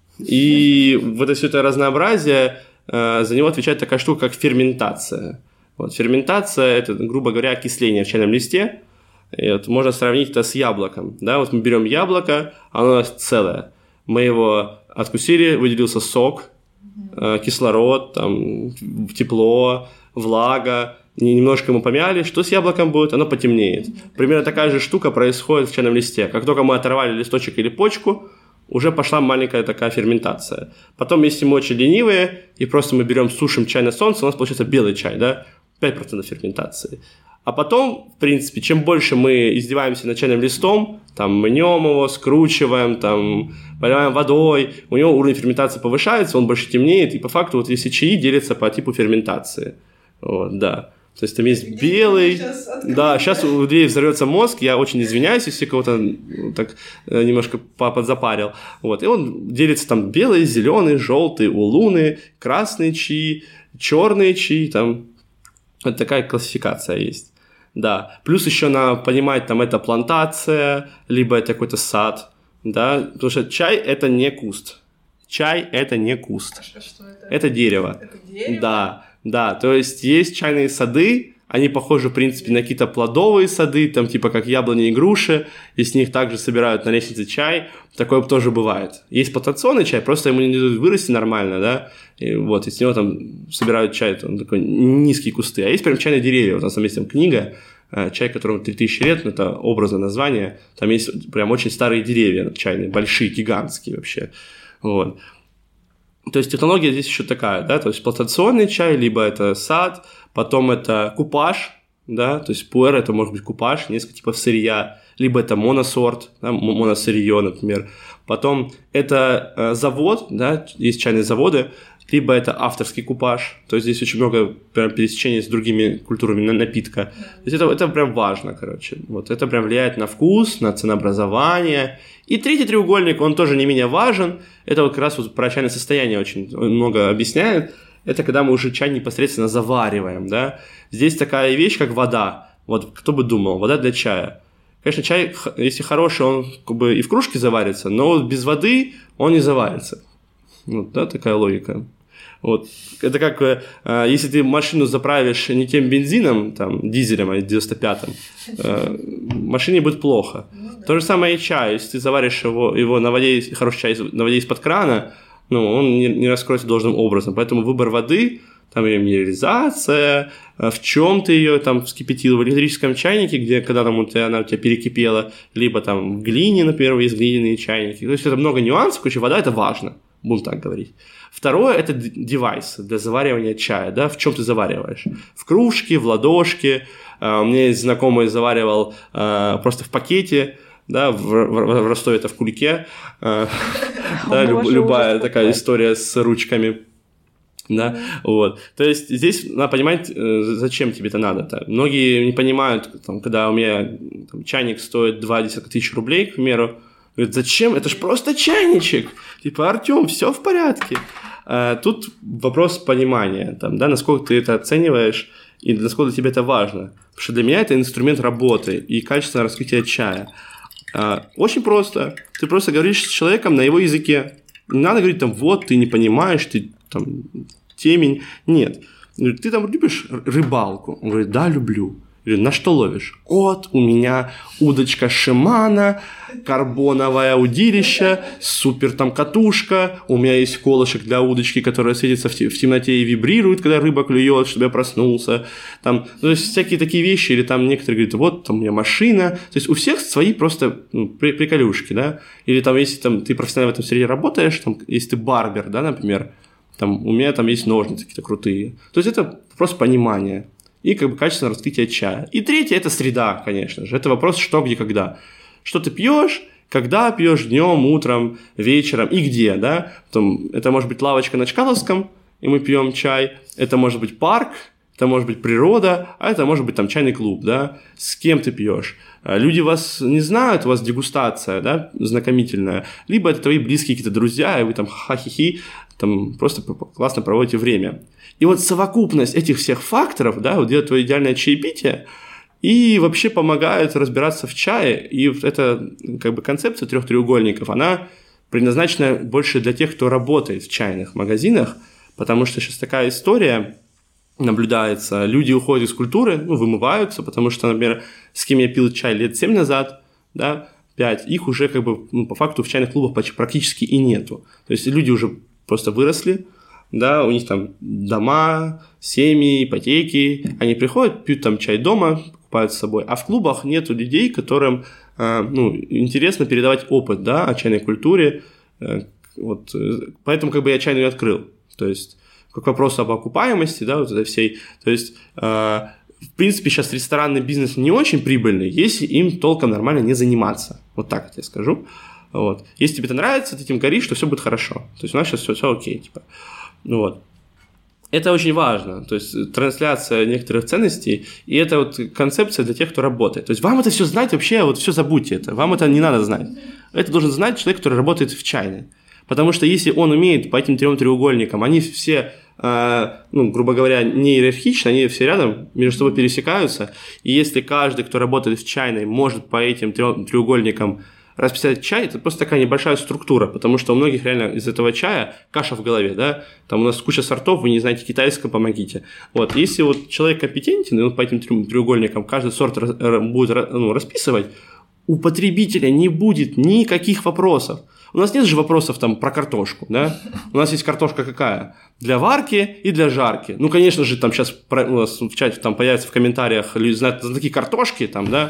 Speaker 1: И вот все это разнообразие, за него отвечает такая штука, как ферментация. Вот, ферментация – это, грубо говоря, окисление в чайном листе. И вот можно сравнить это с яблоком, да, вот мы берем яблоко, оно у нас целое, мы его откусили, выделился сок, кислород, там, тепло, влага, немножко ему помяли, что с яблоком будет? Оно потемнеет. Примерно такая же штука происходит в чайном листе. Как только мы оторвали листочек или почку, уже пошла маленькая такая ферментация. Потом, если мы очень ленивые, и просто мы берем, сушим чай на солнце, у нас получается белый чай, да, 5% ферментации. А потом, в принципе, чем больше мы издеваемся над чайным листом, там, мнем его, скручиваем, там, поливаем водой, у него уровень ферментации повышается, он больше темнеет, и по факту вот если чаи делятся по типу ферментации. Вот, да. То есть там есть белый... Да, сейчас у людей взорвется мозг, я очень извиняюсь, если кого-то так немножко подзапарил. Вот, и он делится там белый, зеленый, желтый, улуны, красный чаи, черные чаи, там вот такая классификация есть. Да, плюс еще надо понимать, там это плантация, либо это какой-то сад, да, потому что чай это не куст. Чай это не куст.
Speaker 2: А что это?
Speaker 1: Это дерево.
Speaker 2: Это дерево?
Speaker 1: Да. Да, то есть чайные сады, они похожи, в принципе, на какие-то плодовые сады, там типа как яблони и груши, и с них также собирают на лестнице чай, такое тоже бывает. Есть плантационный чай, просто ему не дадут вырасти нормально, да, и вот, и с него там собирают чай, там такой низкие кусты, а есть прям чайные деревья, вот у нас там есть там книга, чай, которому 3000 лет, ну, это образное название, там есть прям очень старые деревья чайные, большие, гигантские вообще, вот. То есть технология здесь еще такая, да, то есть плантационный чай, либо это сад, потом это купаж, да, то есть пуэр это может быть купаж, несколько типов сырья, либо это моносорт, да, моносырье, например, потом это завод, да, есть чайные заводы, либо это авторский купаж, то есть здесь очень много прям пересечений с другими культурами напитка, то есть это прям важно, короче, вот это прям влияет на вкус, на ценообразование. И третий треугольник, он тоже не менее важен, это вот как раз вот про чайное состояние очень много объясняет, это когда мы уже чай непосредственно завариваем, да, здесь такая вещь, как вода, вот кто бы думал, вода для чая. Конечно, чай, если хороший, он как бы и в кружке заварится, но без воды он не заварится. Вот, да, такая логика. Вот. Это как, если ты машину заправишь не тем бензином, там, дизелем, а 95-м, машине будет плохо. То же самое и чай. Если ты заваришь его на воде, хороший чай на воде из-под крана, ну, он не раскроется должным образом. Поэтому выбор воды, там ее минерализация, в чем ты ее там вскипятил, в электрическом чайнике, где когда там она у тебя перекипела, либо там в глине, например, есть глиняные чайники. То есть это много нюансов, короче, вода это важно, будем так говорить. Второе – это девайс для заваривания чая, да, в чем ты завариваешь? В кружке, в ладошке. У меня есть знакомый заваривал просто в пакете, да, в Ростове это в кулике. Да, любая такая история с ручками. Да, вот. То есть здесь надо понимать, зачем тебе это надо. -то. Многие не понимают, там, когда у меня там, чайник стоит 20 тысяч рублей, к примеру, говорят, зачем? Это ж просто чайничек. Типа, Артём, все в порядке. Тут вопрос понимания, там, да, насколько ты это оцениваешь и насколько тебе это важно. Потому что для меня это инструмент работы и качественного раскрытия чая. Очень просто. Ты просто говоришь с человеком на его языке. Не надо говорить, там, вот, ты не понимаешь, ты там темень. Нет. Ты там любишь рыбалку? Он говорит, да, люблю. Говорю, на что ловишь? Вот, у меня удочка Шимана, карбоновое удилище, супер там катушка, у меня есть колышек для удочки, которая светится в темноте и вибрирует, когда рыба клюет, чтобы я проснулся. Там, то есть всякие такие вещи, или там некоторые говорят, вот, там у меня машина. То есть у всех свои просто приколюшки, да. Или там, если там, ты профессионально в этом среде работаешь, там, если ты барбер, да, например, там, у меня там есть ножницы какие-то крутые. То есть это просто понимание. И как бы качественное раскрытие чая. И третье – это среда, конечно же. Это вопрос что, где, когда. Что ты пьешь, когда пьешь, днем, утром, вечером и где, да. Потом, это может быть лавочка на Чкаловском, и мы пьем чай. Это может быть парк, это может быть природа, а это может быть там чайный клуб, да. С кем ты пьешь? Люди вас не знают, у вас дегустация, да, знакомительная. Либо это твои близкие какие-то друзья, и вы там ха-хи-хи, там просто классно проводите время. И вот совокупность этих всех факторов, да, вот делает твое идеальное чаепитие и вообще помогает разбираться в чае. И вот эта как бы концепция 3 треугольников, она предназначена больше для тех, кто работает в чайных магазинах, потому что сейчас такая история, наблюдается. Люди уходят из культуры, вымываются, потому что, например, с кем я пил чай лет 7 назад, да, 5, их уже как бы по факту в чайных клубах практически и нету. То есть люди уже просто выросли, да, у них там дома, семьи, ипотеки, они приходят, пьют там чай дома, покупают с собой, а в клубах нету людей, которым интересно передавать опыт, да, о чайной культуре, вот, поэтому как бы я чайную открыл, то есть как вопрос об окупаемости, да, вот этой всей, то есть в принципе сейчас ресторанный бизнес не очень прибыльный, если им толком нормально не заниматься, вот так вот я скажу, вот, если тебе это нравится, ты этим горишь, то все будет хорошо, то есть у нас сейчас все окей, типа, вот. Это очень важно, то есть трансляция некоторых ценностей, и это вот концепция для тех, кто работает. То есть вам это все знать вообще, вот все забудьте это, вам это не надо знать. Это должен знать человек, который работает в чайной. Потому что если он умеет по этим 3 треугольникам, они все, грубо говоря, не иерархичны, они все рядом, между собой пересекаются, и если каждый, кто работает в чайной, может по этим 3 треугольникам расписать чай, это просто такая небольшая структура, потому что у многих реально из этого чая каша в голове, да, там у нас куча сортов, вы не знаете китайского, помогите. Вот, если вот человек компетентен, и он по этим треугольникам каждый сорт будет расписывать, у потребителя не будет никаких вопросов. У нас нет же вопросов там про картошку, да, у нас есть картошка какая? Для варки и для жарки. Ну, конечно же, там сейчас у нас в чате там появится в комментариях люди знают знатоки картошки, там, да,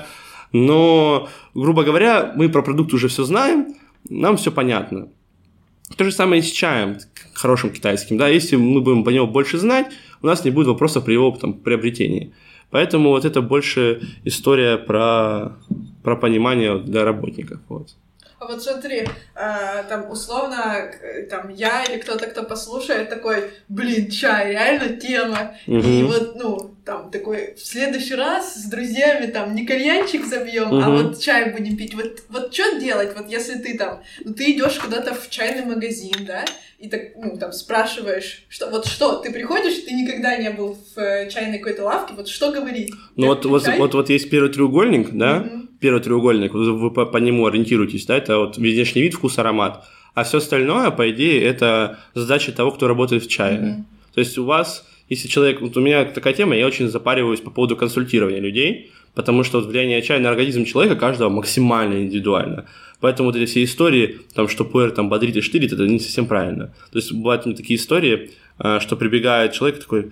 Speaker 1: но, грубо говоря, мы про продукт уже все знаем, нам все понятно. То же самое и с чаем хорошим китайским, да, если мы будем по нему больше знать, у нас не будет вопросов при его там приобретении. Поэтому вот это больше история про понимание для работников, вот.
Speaker 2: А вот смотри, там условно, там я или кто-то, кто послушает, такой, блин, чай, реально тема. И вот, там такой, в следующий раз с друзьями там не кальянчик забьем, а вот чай будем пить. Вот что делать, вот если ты там, ты идешь куда-то в чайный магазин, да, и так, там спрашиваешь, что, ты приходишь, ты никогда не был в чайной какой-то лавке, вот что говорить?
Speaker 1: Ну вот есть первый треугольник, да, первый треугольник, вы по нему ориентируетесь, да, это вот внешний вид, вкус, аромат, а все остальное, по идее, это задача того, кто работает в чае. То есть у вас, если человек, вот у меня такая тема, я очень запариваюсь по поводу консультирования людей, потому что вот влияние чая на организм человека каждого максимально индивидуально. Поэтому вот эти все истории, там, что пуэр там бодрит и штырит, это не совсем правильно. То есть бывают такие истории, что прибегает человек такой,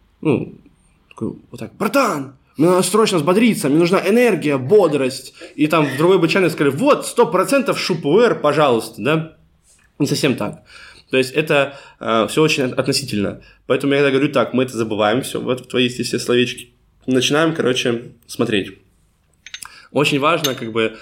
Speaker 1: вот так, братан, мне надо срочно взбодриться, мне нужна энергия, бодрость. И там в другой бы чайной сказали, вот, 100% шупуэр, пожалуйста, да? Не совсем так. То есть это все очень относительно. Поэтому я говорю так, мы это забываем, все, вот твои есть все словечки. Начинаем, смотреть. Очень важно, как бы,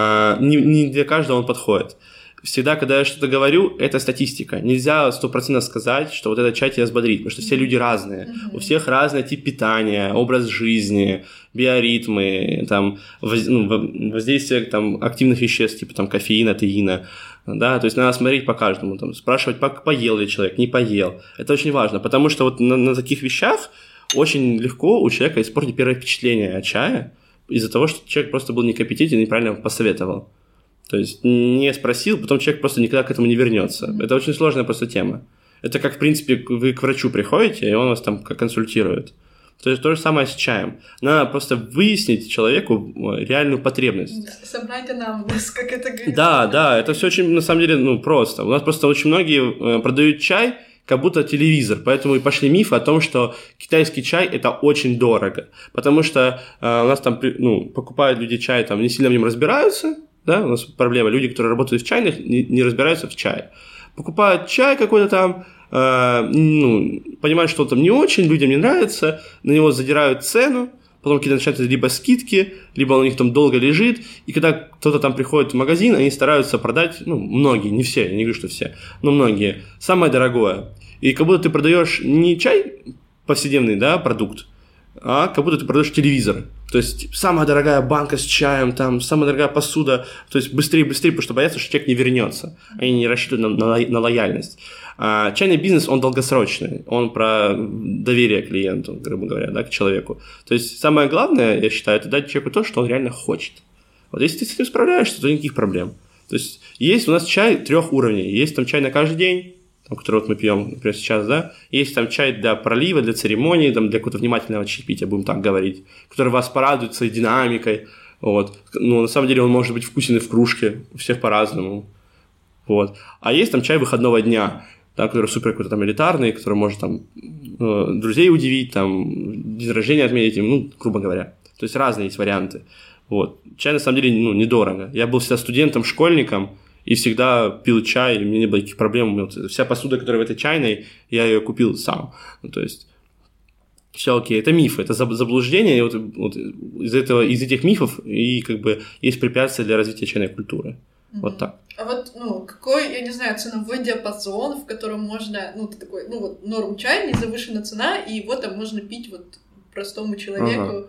Speaker 1: не для каждого он подходит. Всегда, когда я что-то говорю, это статистика. Нельзя 100% сказать, что вот этот чай тебя взбодрит, потому что все люди разные. У всех разный тип питания, образ жизни, биоритмы, там, воздействие там, активных веществ, типа там, кофеина, теина. Да? То есть надо смотреть по каждому, там, спрашивать, поел ли человек, не поел. Это очень важно, потому что вот на таких вещах очень легко у человека испортить первое впечатление от чая из-за того, что человек просто был некомпетентен и неправильно посоветовал. То есть не спросил, потом человек просто никогда к этому не вернется. Это очень сложная просто тема. Это как, в принципе, вы к врачу приходите, и он вас там консультирует. То есть то же самое с чаем. Надо просто выяснить человеку реальную потребность.
Speaker 2: Собрать анамнез, как это говорится.
Speaker 1: Да, это все очень, на самом деле, просто. У нас просто очень многие продают чай, как будто телевизор. Поэтому и пошли мифы о том, что китайский чай – это очень дорого. Потому что у нас там покупают люди чай, там не сильно в нем разбираются. Да, у нас проблема. Люди, которые работают в чайных, не разбираются в чае. Покупают чай какой-то там, понимают, что он там не очень, людям не нравится, на него задирают цену, потом какие-то начинаются либо скидки, либо он у них там долго лежит, и когда кто-то там приходит в магазин, они стараются продать, многие, не все, я не говорю, что все, но многие, самое дорогое. И как будто ты продаешь не чай, повседневный, да, продукт, а как будто ты продаешь телевизор. То есть самая дорогая банка с чаем, там, самая дорогая посуда, то есть быстрее, потому что боятся, что человек не вернется. Они не рассчитывают на лояльность. А чайный бизнес, он долгосрочный, он про доверие клиенту, грубо говоря, да, к человеку. То есть самое главное, я считаю, это дать человеку то, что он реально хочет. Вот если ты с этим справляешься, то никаких проблем. То есть есть у нас чай 3 уровней. Есть там чай на каждый день, там, который вот мы пьем, например, сейчас, да, есть там чай для пролива, для церемонии, там, для какого-то внимательного чаепития, будем так говорить, который вас порадует своей динамикой, вот. Но на самом деле он может быть вкусен и в кружке, у всех по-разному, вот. А есть там чай выходного дня, да, который супер какой-то там элитарный, который может там друзей удивить, там, день рождения отметить, ну, грубо говоря. То есть разные есть варианты. Вот. Чай на самом деле, ну, недорого. Я был всегда студентом, школьником, и всегда пил чай, и у меня не было никаких проблем. Вот вся посуда, которая в этой чайной, я ее купил сам. Ну, то есть все окей. Это мифы, это заблуждение, и вот из этих мифов и как бы есть препятствия для развития чайной культуры. Mm-hmm. Вот так.
Speaker 2: А вот, ну, какой, я не знаю, ценовой диапазон, в котором можно, ну, ты такой, ну, вот, норм чай, не завышена цена, и его там можно пить вот простому человеку.
Speaker 1: Ага.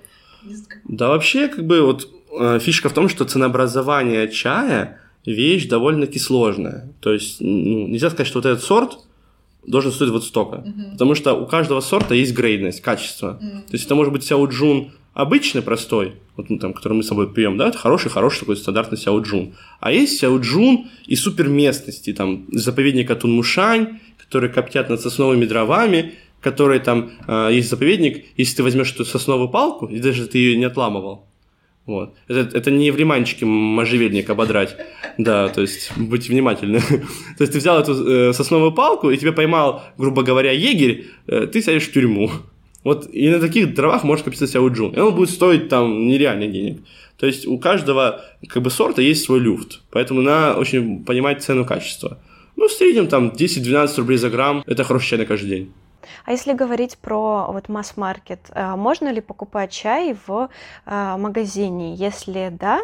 Speaker 1: Да, вообще, как бы, вот, фишка в том, что ценообразование чая вещь довольно-таки сложная. То есть, ну, нельзя сказать, что вот этот сорт должен стоить вот столько. Потому что у каждого сорта есть грейдность, качество. То есть, это может быть сяоджун обычный, простой, вот, ну, там, который мы с собой пьем, да, это хороший такой стандартный сяоджун. А есть сяоджун и суперместности, там, заповедника Тунмушань, которые коптят над сосновыми дровами, которые там, есть заповедник, если ты возьмешь эту сосновую палку, и даже ты ее не отламывал, вот. Это не в лиманчике можжевельник ободрать, да, то есть быть внимательным. То есть ты взял эту сосновую палку, и тебя поймал, грубо говоря, егерь, ты сядешь в тюрьму. Вот, и на таких дровах может копиться сяоджун, и он будет стоить там нереальных денег. То есть у каждого как бы сорта есть свой люфт, поэтому надо очень понимать цену-качество. Ну, в среднем там 10-12 рублей за грамм, это хороший чай на каждый день.
Speaker 3: А если говорить про вот масс-маркет, можно ли покупать чай в магазине? Если да,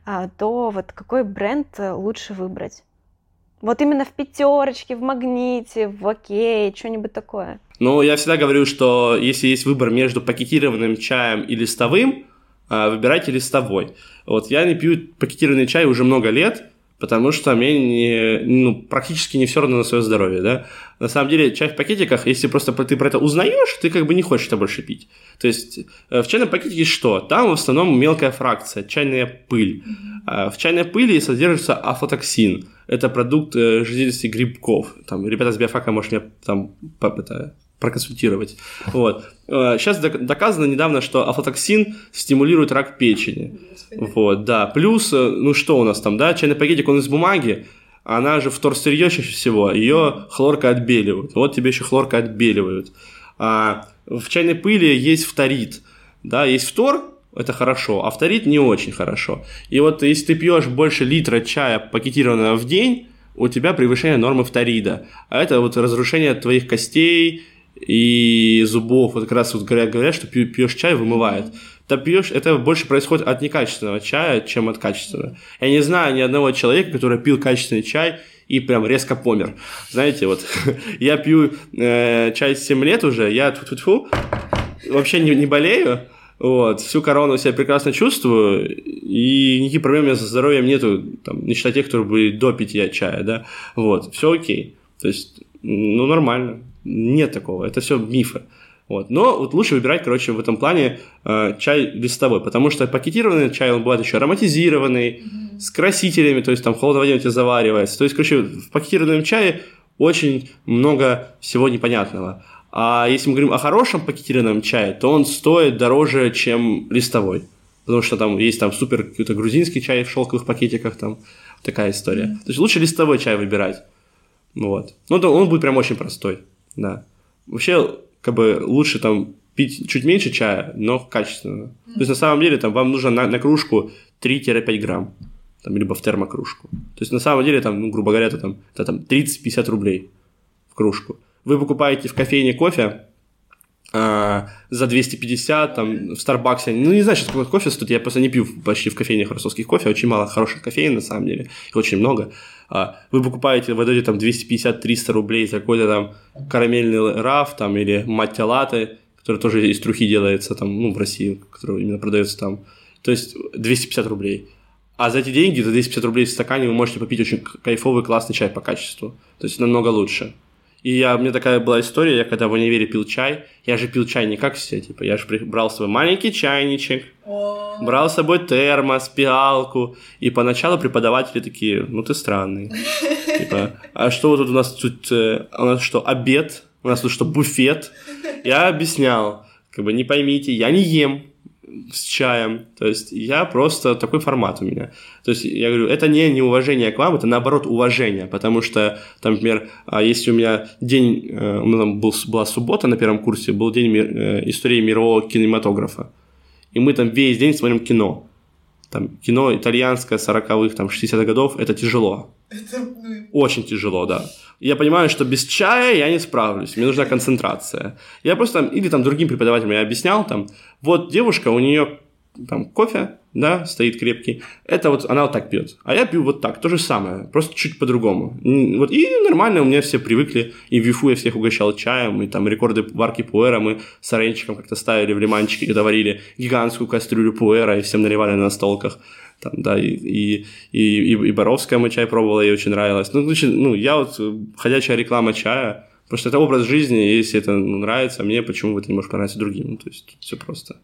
Speaker 3: то вот какой бренд лучше выбрать? Вот именно в Пятерочке, в Магните, в Окей, что-нибудь такое.
Speaker 1: Ну, я всегда говорю, что если есть выбор между пакетированным чаем и листовым, выбирайте листовой. Вот я не пью пакетированный чай уже много лет, потому что мне практически не все равно на свое здоровье, да. На самом деле, чай в пакетиках, если просто ты про это узнаешь, ты как бы не хочешь это больше пить. То есть в чайном пакетике что? Там в основном мелкая фракция, чайная пыль. В чайной пыли содержится афлатоксин. Это продукт жизнедеятельности грибков. Там, ребята с биофака, может, меня там проконсультировать. Вот. Сейчас доказано недавно, что афлатоксин стимулирует рак печени. Вот, да. Плюс, ну что у нас там, да, чайный пакетик, он из бумаги, она же вторсырье чаще всего, ее хлоркой отбеливают. Вот тебе еще хлоркой отбеливают. А в чайной пыли есть фторид, да, есть фтор, это хорошо, а фторид не очень хорошо. И вот если ты пьешь больше литра чая пакетированного в день, у тебя превышение нормы фторида. А это вот разрушение твоих костей и зубов. Вот как раз вот говорят, что пьешь чай, вымывает. Ты пьешь, это больше происходит от некачественного чая, чем от качественного. Я не знаю ни одного человека, который пил качественный чай и прям резко помер. Знаете, вот я пью чай 7 лет уже, я вообще не болею. Вот, всю корону себя прекрасно чувствую, и никаких проблем у меня со здоровьем нету, там, не считая тех, которые были до питья чая, да, вот, все окей, то есть, ну, нормально, нет такого, это все мифы, вот, но вот лучше выбирать, короче, в этом плане чай листовой, потому что пакетированный чай, он бывает еще ароматизированный, с красителями, то есть, там, в холодной воде у тебя заваривается, то есть, короче, в пакетированном чае очень много всего непонятного. А если мы говорим о хорошем пакетированном чае, то он стоит дороже, чем листовой. Потому что там есть там супер какой-то грузинский чай в шелковых пакетиках, там такая история. То есть лучше листовой чай выбирать. Вот. Ну, он будет прям очень простой, да. Вообще, как бы лучше там пить чуть меньше чая, но качественно. То есть на самом деле там вам нужно на кружку 3-5 грамм. Там, либо в термокружку. То есть на самом деле там, ну, грубо говоря, это 30-50 рублей в кружку. Вы покупаете в кофейне кофе за 250, там, в Старбаксе, ну, не знаю, сейчас какой кофе стоит, я просто не пью почти в кофейнях ростовских кофе, очень мало хороших кофеин, на самом деле, их очень много. Вы покупаете, вы даете там 250-300 рублей за какой-то там карамельный раф, там, или маття-латте, который тоже из трухи делается, там, ну, в России, который именно продается там, то есть 250 рублей. А за эти деньги, за 250 рублей в стакане вы можете попить очень кайфовый, классный чай по качеству, то есть намного лучше. И у меня такая была история, я когда в универе пил чай, я же пил чай не как все, типа, я же брал с собой маленький чайничек, брал с собой термос, пиалку, и поначалу преподаватели такие, ну ты странный. Типа, а что вот тут у нас что, обед? У нас тут что, буфет? Я объяснял, как бы не поймите, я не ем с чаем, то есть я просто, такой формат у меня. То есть я говорю, это не неуважение к вам, это наоборот уважение, потому что, там, например, если у меня день, у меня там была суббота на первом курсе, был день истории мирового кинематографа, и мы там весь день смотрим кино. Там кино итальянское 40-х, там 60-х годов, это тяжело. Очень тяжело, да. Я понимаю, что без чая я не справлюсь, мне нужна концентрация. Я просто или там другим преподавателям я объяснял, там, вот девушка, у нее там кофе, да, стоит крепкий, это вот она вот так пьет, а я пью вот так, то же самое, просто чуть по-другому. Вот, и нормально у меня все привыкли, и в ЮФУ я всех угощал чаем, и там рекорды варки пуэра мы с Оренчиком как-то ставили в лиманчике, когда варили гигантскую кастрюлю пуэра, и всем наливали на столках. Там, да, и Боровская мы чай пробовала, ей очень нравилось. Ну, я вот ходячая реклама чая, потому что это образ жизни, и если это нравится мне, почему это не может понравиться другим? Ну, то есть, все просто.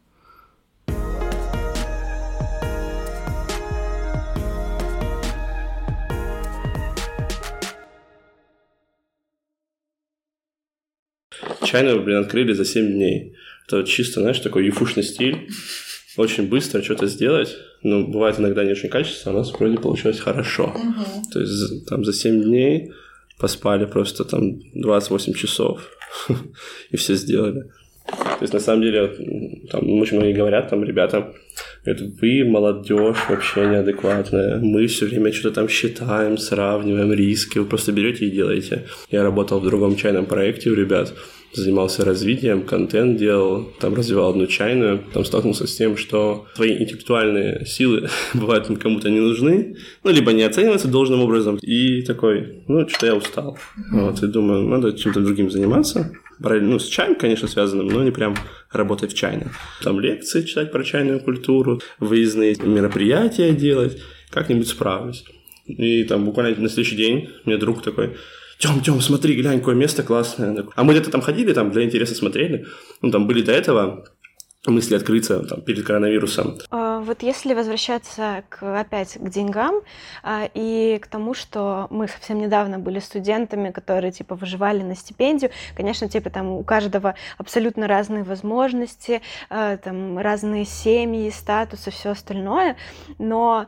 Speaker 1: Чайную, открыли за 7 дней. Это чисто, знаешь, такой юфушный стиль. Очень быстро что-то сделать, но бывает иногда не очень качественно, а у нас вроде получилось хорошо. То есть там за 7 дней поспали просто там 28 часов и все сделали. То есть на самом деле там очень многие говорят, там ребята говорят, вы молодежь вообще неадекватная, мы все время что-то там считаем, сравниваем риски, вы просто берете и делаете. Я работал в другом чайном проекте у ребят, занимался развитием, контент делал, там развивал одну чайную, там столкнулся с тем, что твои интеллектуальные силы бывают кому-то не нужны, ну, либо не оцениваются должным образом, и такой, ну, что-то я устал. Вот, и думаю, надо чем-то другим заниматься, параллельно, ну, с чаем, конечно, связанным, но не прям работать в чайной. Там лекции читать про чайную культуру, выездные мероприятия делать, как-нибудь справлюсь. И там буквально на следующий день мне друг такой, Тём, смотри, глянь, какое место классное. А мы где-то там ходили, там для интереса смотрели. Ну, там были до этого мысли открыться там, перед коронавирусом.
Speaker 3: Вот если возвращаться опять к деньгам и к тому, что мы совсем недавно были студентами, которые типа выживали на стипендию, конечно, типа там у каждого абсолютно разные возможности, там разные семьи, статусы, все остальное, но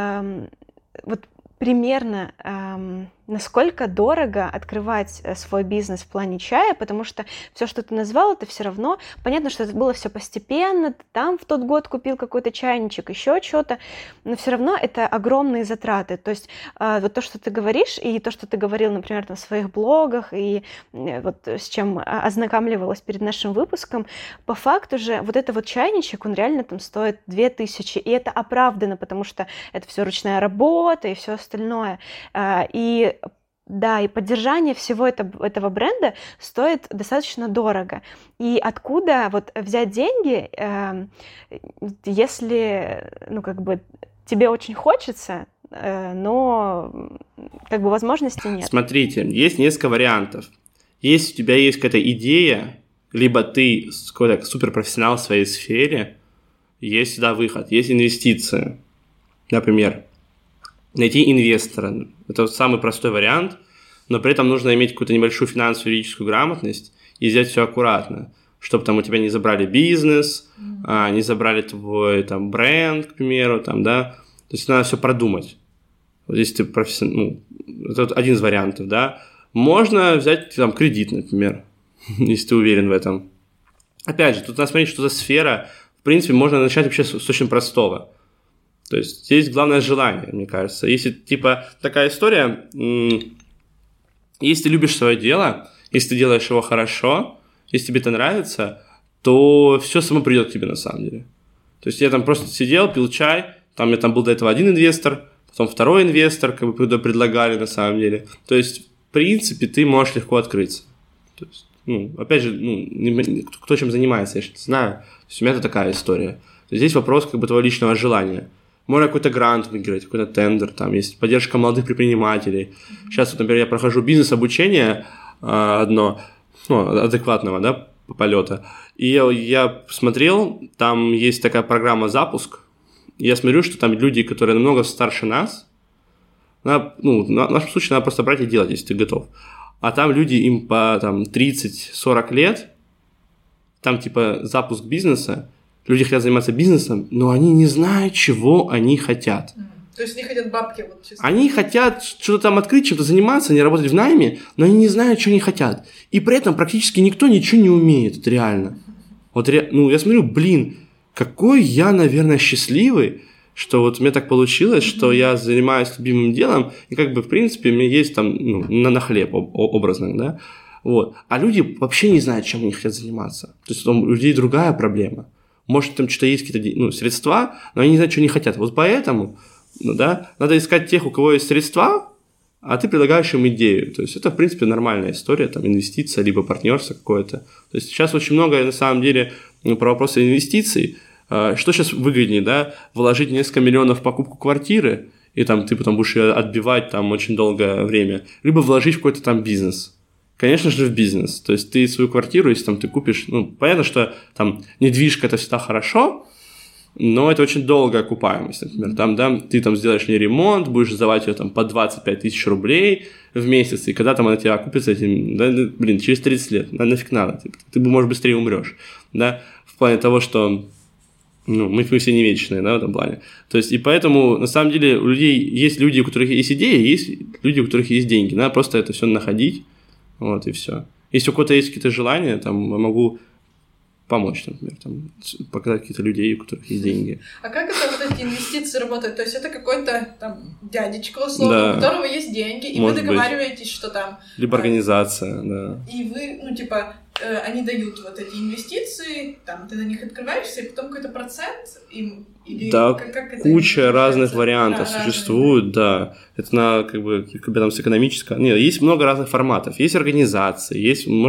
Speaker 3: вот примерно насколько дорого открывать свой бизнес в плане чая, потому что все, что ты назвал, это все равно, понятно, что это было все постепенно, ты там в тот год купил какой-то чайничек, еще что-то, но все равно это огромные затраты, то есть вот то, что ты говоришь, и то, что ты говорил, например, на своих блогах, и вот с чем ознакомливалась перед нашим выпуском, по факту же вот этот вот чайничек, он реально там стоит 2000, и это оправдано, потому что это все ручная работа и все остальное, и да, и поддержание всего этого бренда стоит достаточно дорого. И откуда вот взять деньги, если, ну, как бы, тебе очень хочется, но, как бы, возможностей нет?
Speaker 1: Смотрите, есть несколько вариантов. Если у тебя есть какая-то идея, либо ты какой-то суперпрофессионал в своей сфере, есть всегда выход, есть инвестиции. Например, найти инвестора. Это самый простой вариант, но при этом нужно иметь какую-то небольшую финансовую юридическую грамотность и сделать все аккуратно, чтобы там у тебя не забрали бизнес, не забрали твой там бренд, к примеру, там, да. То есть надо все продумать. Вот если ты профессионал, ну, это один из вариантов, да. Можно взять там кредит, например, если ты уверен в этом. Опять же, тут надо смотреть, что за сфера. В принципе, можно начать вообще с очень простого. То есть здесь главное желание, мне кажется. Если, типа, такая история, если ты любишь свое дело, если ты делаешь его хорошо, если тебе это нравится, то все само придет к тебе на самом деле. То есть я там просто сидел, пил чай, там я там был до этого один инвестор, потом второй инвестор, как бы предлагали на самом деле. То есть, в принципе, ты можешь легко открыться. То есть, ну, опять же, ну, кто чем занимается, я же не знаю. То есть у меня это такая история. То есть здесь вопрос как бы твоего личного желания. Можно какой-то грант выиграть, какой-то тендер, там есть поддержка молодых предпринимателей. Сейчас, вот, например, я прохожу бизнес-обучение одно, адекватного, да, полета. И я смотрел, там есть такая программа «Запуск». Я смотрю, что там люди, которые намного старше нас, в нашем случае надо просто брать и делать, если ты готов. А там люди, им по 30-40 лет, там типа запуск бизнеса, люди хотят заниматься бизнесом, но они не знают, чего они хотят.
Speaker 2: То есть они хотят бабки вот чисто.
Speaker 1: Они хотят что-то там открыть, чем-то заниматься, не работать в найме, но они не знают, что они хотят. И при этом практически никто ничего не умеет, это реально. Я смотрю, какой я, наверное, счастливый, что вот у меня так получилось, что я занимаюсь любимым делом, и как бы, в принципе, у меня есть там, на хлеб образно, да, вот. А люди вообще не знают, чем они хотят заниматься. То есть у людей другая проблема. Может, там что-то есть какие-то средства, но они не знают, что они хотят. Вот поэтому, надо искать тех, у кого есть средства, а ты предлагаешь им идею. То есть это, в принципе, нормальная история, там, инвестиция, либо партнерство какое-то. То есть сейчас очень много, на самом деле, про вопросы инвестиций. Что сейчас выгоднее, да, вложить несколько миллионов в покупку квартиры, и там ты потом будешь ее отбивать там очень долгое время, либо вложить в какой-то там бизнес. Конечно же, в бизнес. То есть ты свою квартиру, если там ты купишь, понятно, что там недвижка – это всегда хорошо, но это очень долгая окупаемость, например. Там, да, ты там сделаешь не ремонт, будешь сдавать ее там по 25 тысяч рублей в месяц, и когда там она тебя окупится этим, через 30 лет, нафиг надо, ты, может, быстрее умрешь, да, в плане того, что мы все не вечные, да, в этом плане. То есть, и поэтому, на самом деле, у людей есть люди, у которых есть идеи, есть люди, у которых есть деньги. Надо просто это все находить, вот, и все. Если у кого-то есть какие-то желания, там, я могу помочь, например, там, показать каких-то людей, у которых есть деньги.
Speaker 2: А как это вот эти инвестиции работают? То есть, это какой-то там дядечка, условно, у которого есть деньги, и вы договариваетесь, что там...
Speaker 1: Либо организация, да.
Speaker 2: И вы, они дают вот эти инвестиции, там, ты на них открываешься, и потом какой-то процент им... Или
Speaker 1: да,
Speaker 2: как это
Speaker 1: куча разных вариантов существует, да. Это там с экономического... Нет, есть много разных форматов. Есть организации,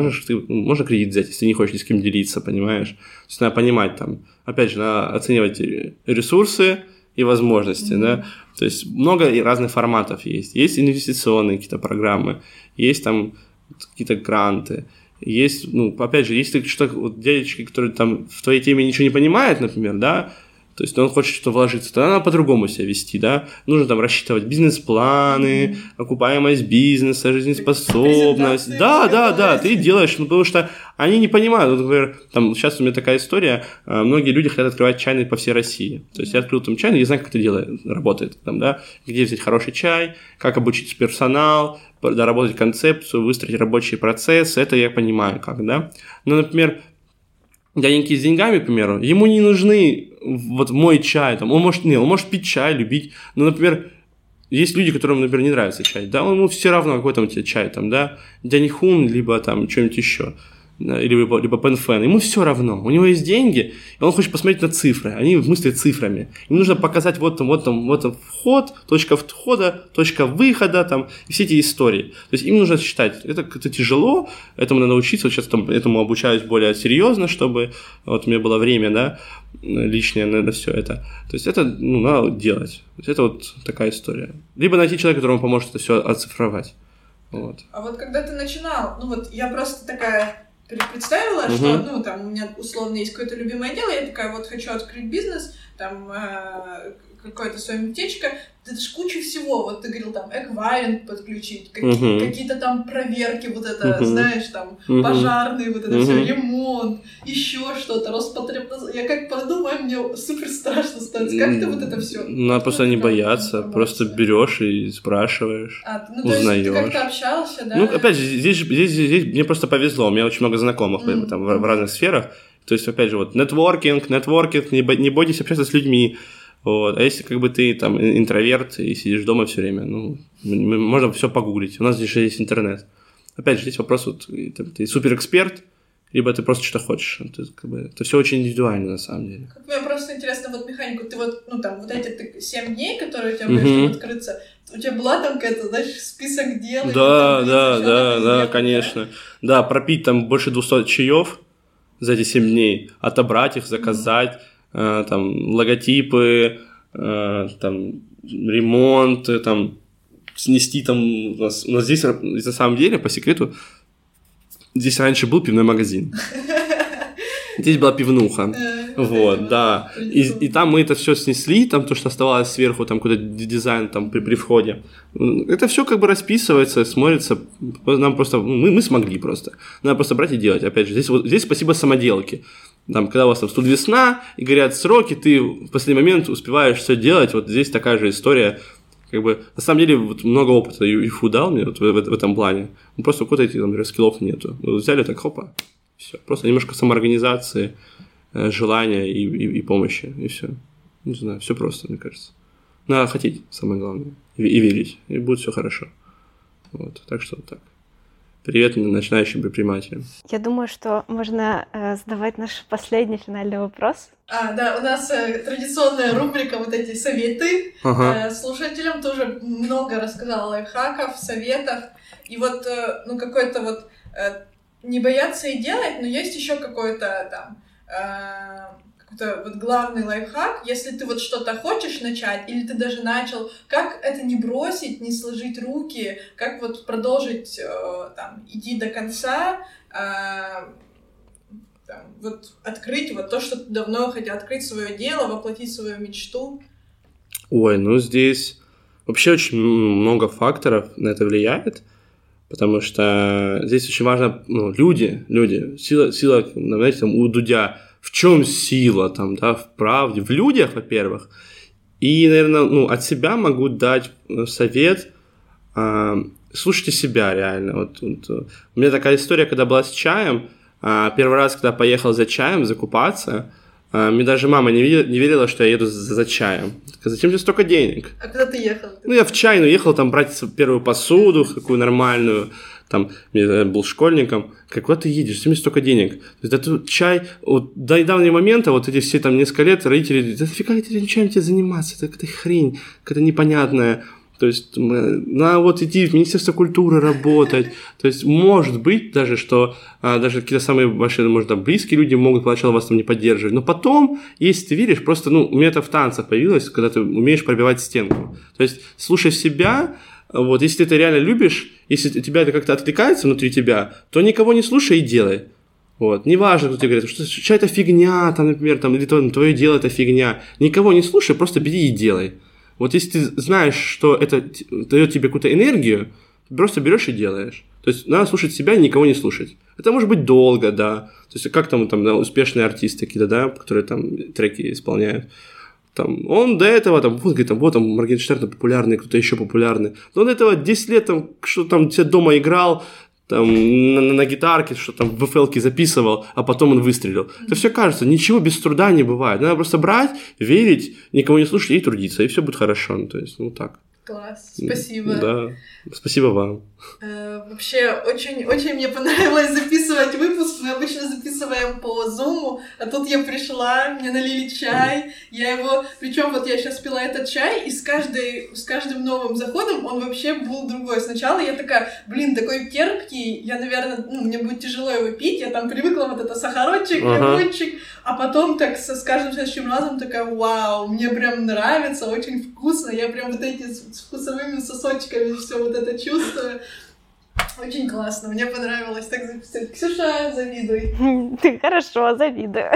Speaker 1: можно кредит взять, если не хочешь ни с кем делиться, понимаешь? То есть надо понимать там, опять же, надо оценивать ресурсы и возможности, да. То есть много разных форматов есть. Есть инвестиционные какие-то программы, есть там какие-то гранты. Есть, опять же, если что-то, дядечки, которые там в твоей теме ничего не понимают, например, да, то есть он хочет что-то вложиться, то надо по-другому себя вести, да, нужно там рассчитывать бизнес-планы, окупаемость бизнеса, жизнеспособность, да, ты делаешь, потому что они не понимают, например, там, сейчас у меня такая история, многие люди хотят открывать чайные по всей России, то есть я открыл там чайный, я знаю, как это работает, там, да, где взять хороший чай, как обучить персонал, доработать концепцию, выстроить рабочие процессы, это я понимаю как, да, но, например, дяденьки с деньгами, к примеру, ему не нужны вот мой чай, там, он может пить чай, любить, но, например, есть люди, которым, например, не нравится чай, да, ему все равно, какой там у тебя чай, там, да, Дяньхун, либо там что-нибудь еще, да, либо Пэнфэн, ему все равно, у него есть деньги, и он хочет посмотреть на цифры, они мыслят цифрами, им нужно показать вот там вход, точка входа, точка выхода, там, и все эти истории, то есть им нужно считать, это тяжело, этому надо учиться, вот сейчас этому обучаюсь более серьезно, чтобы вот у меня было время, да, лишнее на все это, то есть это, надо делать, то есть это вот такая история, либо найти человека, которому поможет это все оцифровать, вот.
Speaker 2: А вот когда ты начинал, я просто такая... представила, что, там, у меня условно есть какое-то любимое дело, я такая, вот, хочу открыть бизнес, там, какое-то свое местечко, это ж куча всего, вот ты говорил, там, эквайринг подключить, какие-то там проверки, вот это, знаешь, там, пожарные, вот это все, ремонт, еще что-то, Роспотребнадзор, я как подумаю, мне супер страшно становится, как ты вот это все?
Speaker 1: Надо просто не бояться, просто берешь и спрашиваешь, узнаешь. То есть
Speaker 2: ты как-то общался, да?
Speaker 1: Опять же, здесь мне просто повезло, у меня очень много знакомых там, в разных сферах, то есть, опять же, вот, нетворкинг, не бойтесь общаться с людьми. Вот. А если как бы ты там интроверт и сидишь дома все время, можно все погуглить. У нас здесь же есть интернет. Опять же, здесь вопрос, вот, ты суперэксперт, либо ты просто что-то хочешь. Это все очень индивидуально, на самом деле.
Speaker 2: Мне просто интересно, вот механику, ты вот, вот эти 7 дней, которые у тебя были, чтобы открыться, у тебя была там какая-то, знаешь, список дел?
Speaker 1: Да, конечно. Да, пропить там больше 200 чаев за эти 7 дней, отобрать их, заказать, там, логотипы, там, ремонт, там, снести там, у нас здесь, на самом деле, по секрету, здесь раньше был пивной магазин. Здесь была пивнуха. Вот, да. И там мы это все снесли, там то, что оставалось сверху, там куда дизайн там при входе. Это все как бы расписывается, смотрится. Нам просто, мы смогли просто. Надо просто брать и делать. Опять же, здесь спасибо самоделке. Там, когда у вас там тут весна и горят сроки, ты в последний момент успеваешь все делать. Вот здесь такая же история. Как бы, на самом деле, вот много опыта ИФУ дал мне вот в этом плане. Ну, просто у кого-то там скиллов нету. Взяли так, хопа, все. Просто немножко самоорганизации, желания и помощи, и все. Не знаю, все просто, мне кажется. Надо хотеть, самое главное, и верить, и будет все хорошо. Вот, так что так. Привет начинающим предпринимателям.
Speaker 3: Я думаю, что можно задавать наш последний финальный вопрос.
Speaker 2: Да, у нас традиционная рубрика вот эти советы. Слушателям тоже много рассказала лайфхаков, советов. И вот, какой-то вот не бояться и делать, но есть еще какой-то там какой-то вот главный лайфхак, если ты вот что-то хочешь начать, или ты даже начал, как это не бросить, не сложить руки, как вот продолжить там, идти до конца, там, вот открыть вот то, что ты давно хотел, открыть свое дело, воплотить свою мечту.
Speaker 1: Ой, ну здесь вообще очень много факторов на это влияет, потому что здесь очень важно, люди, сила, знаете, там, у Дудя, в чем сила, там, да, в правде, в людях, во-первых. И, наверное, от себя могу дать совет, слушайте себя реально. Вот, у меня такая история, когда была с чаем, первый раз, когда поехал за чаем закупаться, мне даже мама не верила, что я еду за чаем. Зачем тебе столько денег?
Speaker 2: А куда ты ехал?
Speaker 1: Я в чайную ехал там брать первую посуду, какую нормальную. Там, я был школьником. Куда ты едешь? Зачем тебе столько денег? Это чай... Вот, до недавнего момента, вот эти все там несколько лет, родители, да нафига этим чаем тебе заниматься? Это какая-то хрень, какая-то непонятная. То есть, надо вот идти в Министерство культуры работать. То есть, может быть даже, что даже какие-то самые ваши, может, там, близкие люди могут поначалу вас там не поддерживать. Но потом, если ты веришь, просто, у меня это в танцах появилось, когда ты умеешь пробивать стенку. То есть, слушай себя, вот, если ты это реально любишь, если тебя это как-то откликается внутри тебя, то никого не слушай и делай. Вот. Неважно, кто тебе говорит, что чай-то фигня, там, например, там, или твое дело это фигня. Никого не слушай, просто бери и делай. Вот если ты знаешь, что это дает тебе какую-то энергию, ты просто берешь и делаешь. То есть надо слушать себя и никого не слушать. Это может быть долго, да. То есть как там да, успешные артисты какие-то, да, которые там треки исполняют. Там, он до этого, там, вот там Моргенштерн популярный, кто-то еще популярный. Но он до этого 10 лет, там, что там все дома играл, там, на гитарке, что там в FL-ке записывал, а потом он выстрелил. Это все кажется, ничего без труда не бывает. Надо просто брать, верить, никого не слушать и трудиться, и все будет хорошо. То есть, так.
Speaker 2: Класс, спасибо.
Speaker 1: Да, спасибо вам.
Speaker 2: Вообще, очень мне понравилось записывать выпуск. Мы обычно записываем по Zoom, а тут я пришла, мне налили чай, причем вот я сейчас пила этот чай, и с каждым новым заходом он вообще был другой. Сначала я такая, такой терпкий, я, наверное, мне будет тяжело его пить, я там привыкла вот это сахарочек, лимончик, а потом так с каждым следующим разом такая, вау, мне прям нравится, очень вкусно, я прям вот эти с вкусовыми сосочками все вот это чувствую. Очень классно, мне понравилось так записать. Ксюша, завидуй.
Speaker 3: Ты хорошо, завидую.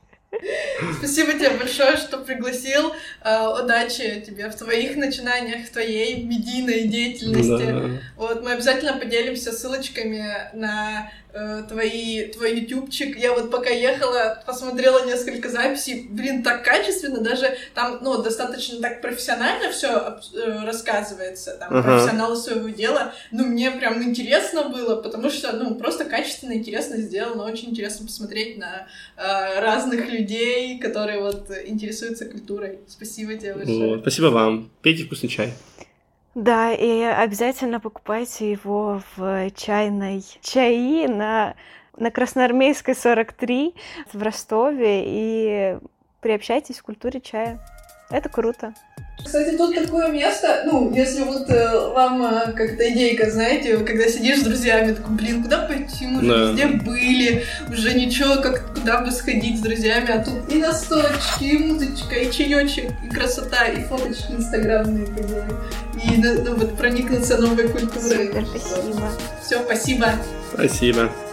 Speaker 2: Спасибо тебе большое, что пригласил. Удачи тебе в твоих начинаниях, в твоей медийной деятельности. Да. Вот, мы обязательно поделимся ссылочками на твой ютубчик. Я вот пока ехала, посмотрела несколько записей. Так качественно, даже там, достаточно так профессионально все рассказывается, там, профессионалы своего дела. Мне прям интересно было, потому что, просто качественно, интересно сделано. Очень интересно посмотреть на разных людей, которые вот интересуются культурой. Спасибо тебе большое.
Speaker 1: Спасибо вам. Пейте вкусный чай.
Speaker 3: Да, и обязательно покупайте его в чайной чаи на Красноармейской 43 в Ростове и приобщайтесь к культуре чая. Это круто.
Speaker 2: Кстати, тут такое место, если вот вам как-то идейка, знаете, когда сидишь с друзьями, такой, куда пойти, мы уже везде были, уже ничего, куда бы сходить с друзьями, а тут и настольчики, и музычка, и чаёчек, и красота, и фоточки инстаграмные, и проникнуться новой культурой.
Speaker 3: Супер, спасибо.
Speaker 2: Все, спасибо.
Speaker 1: Спасибо.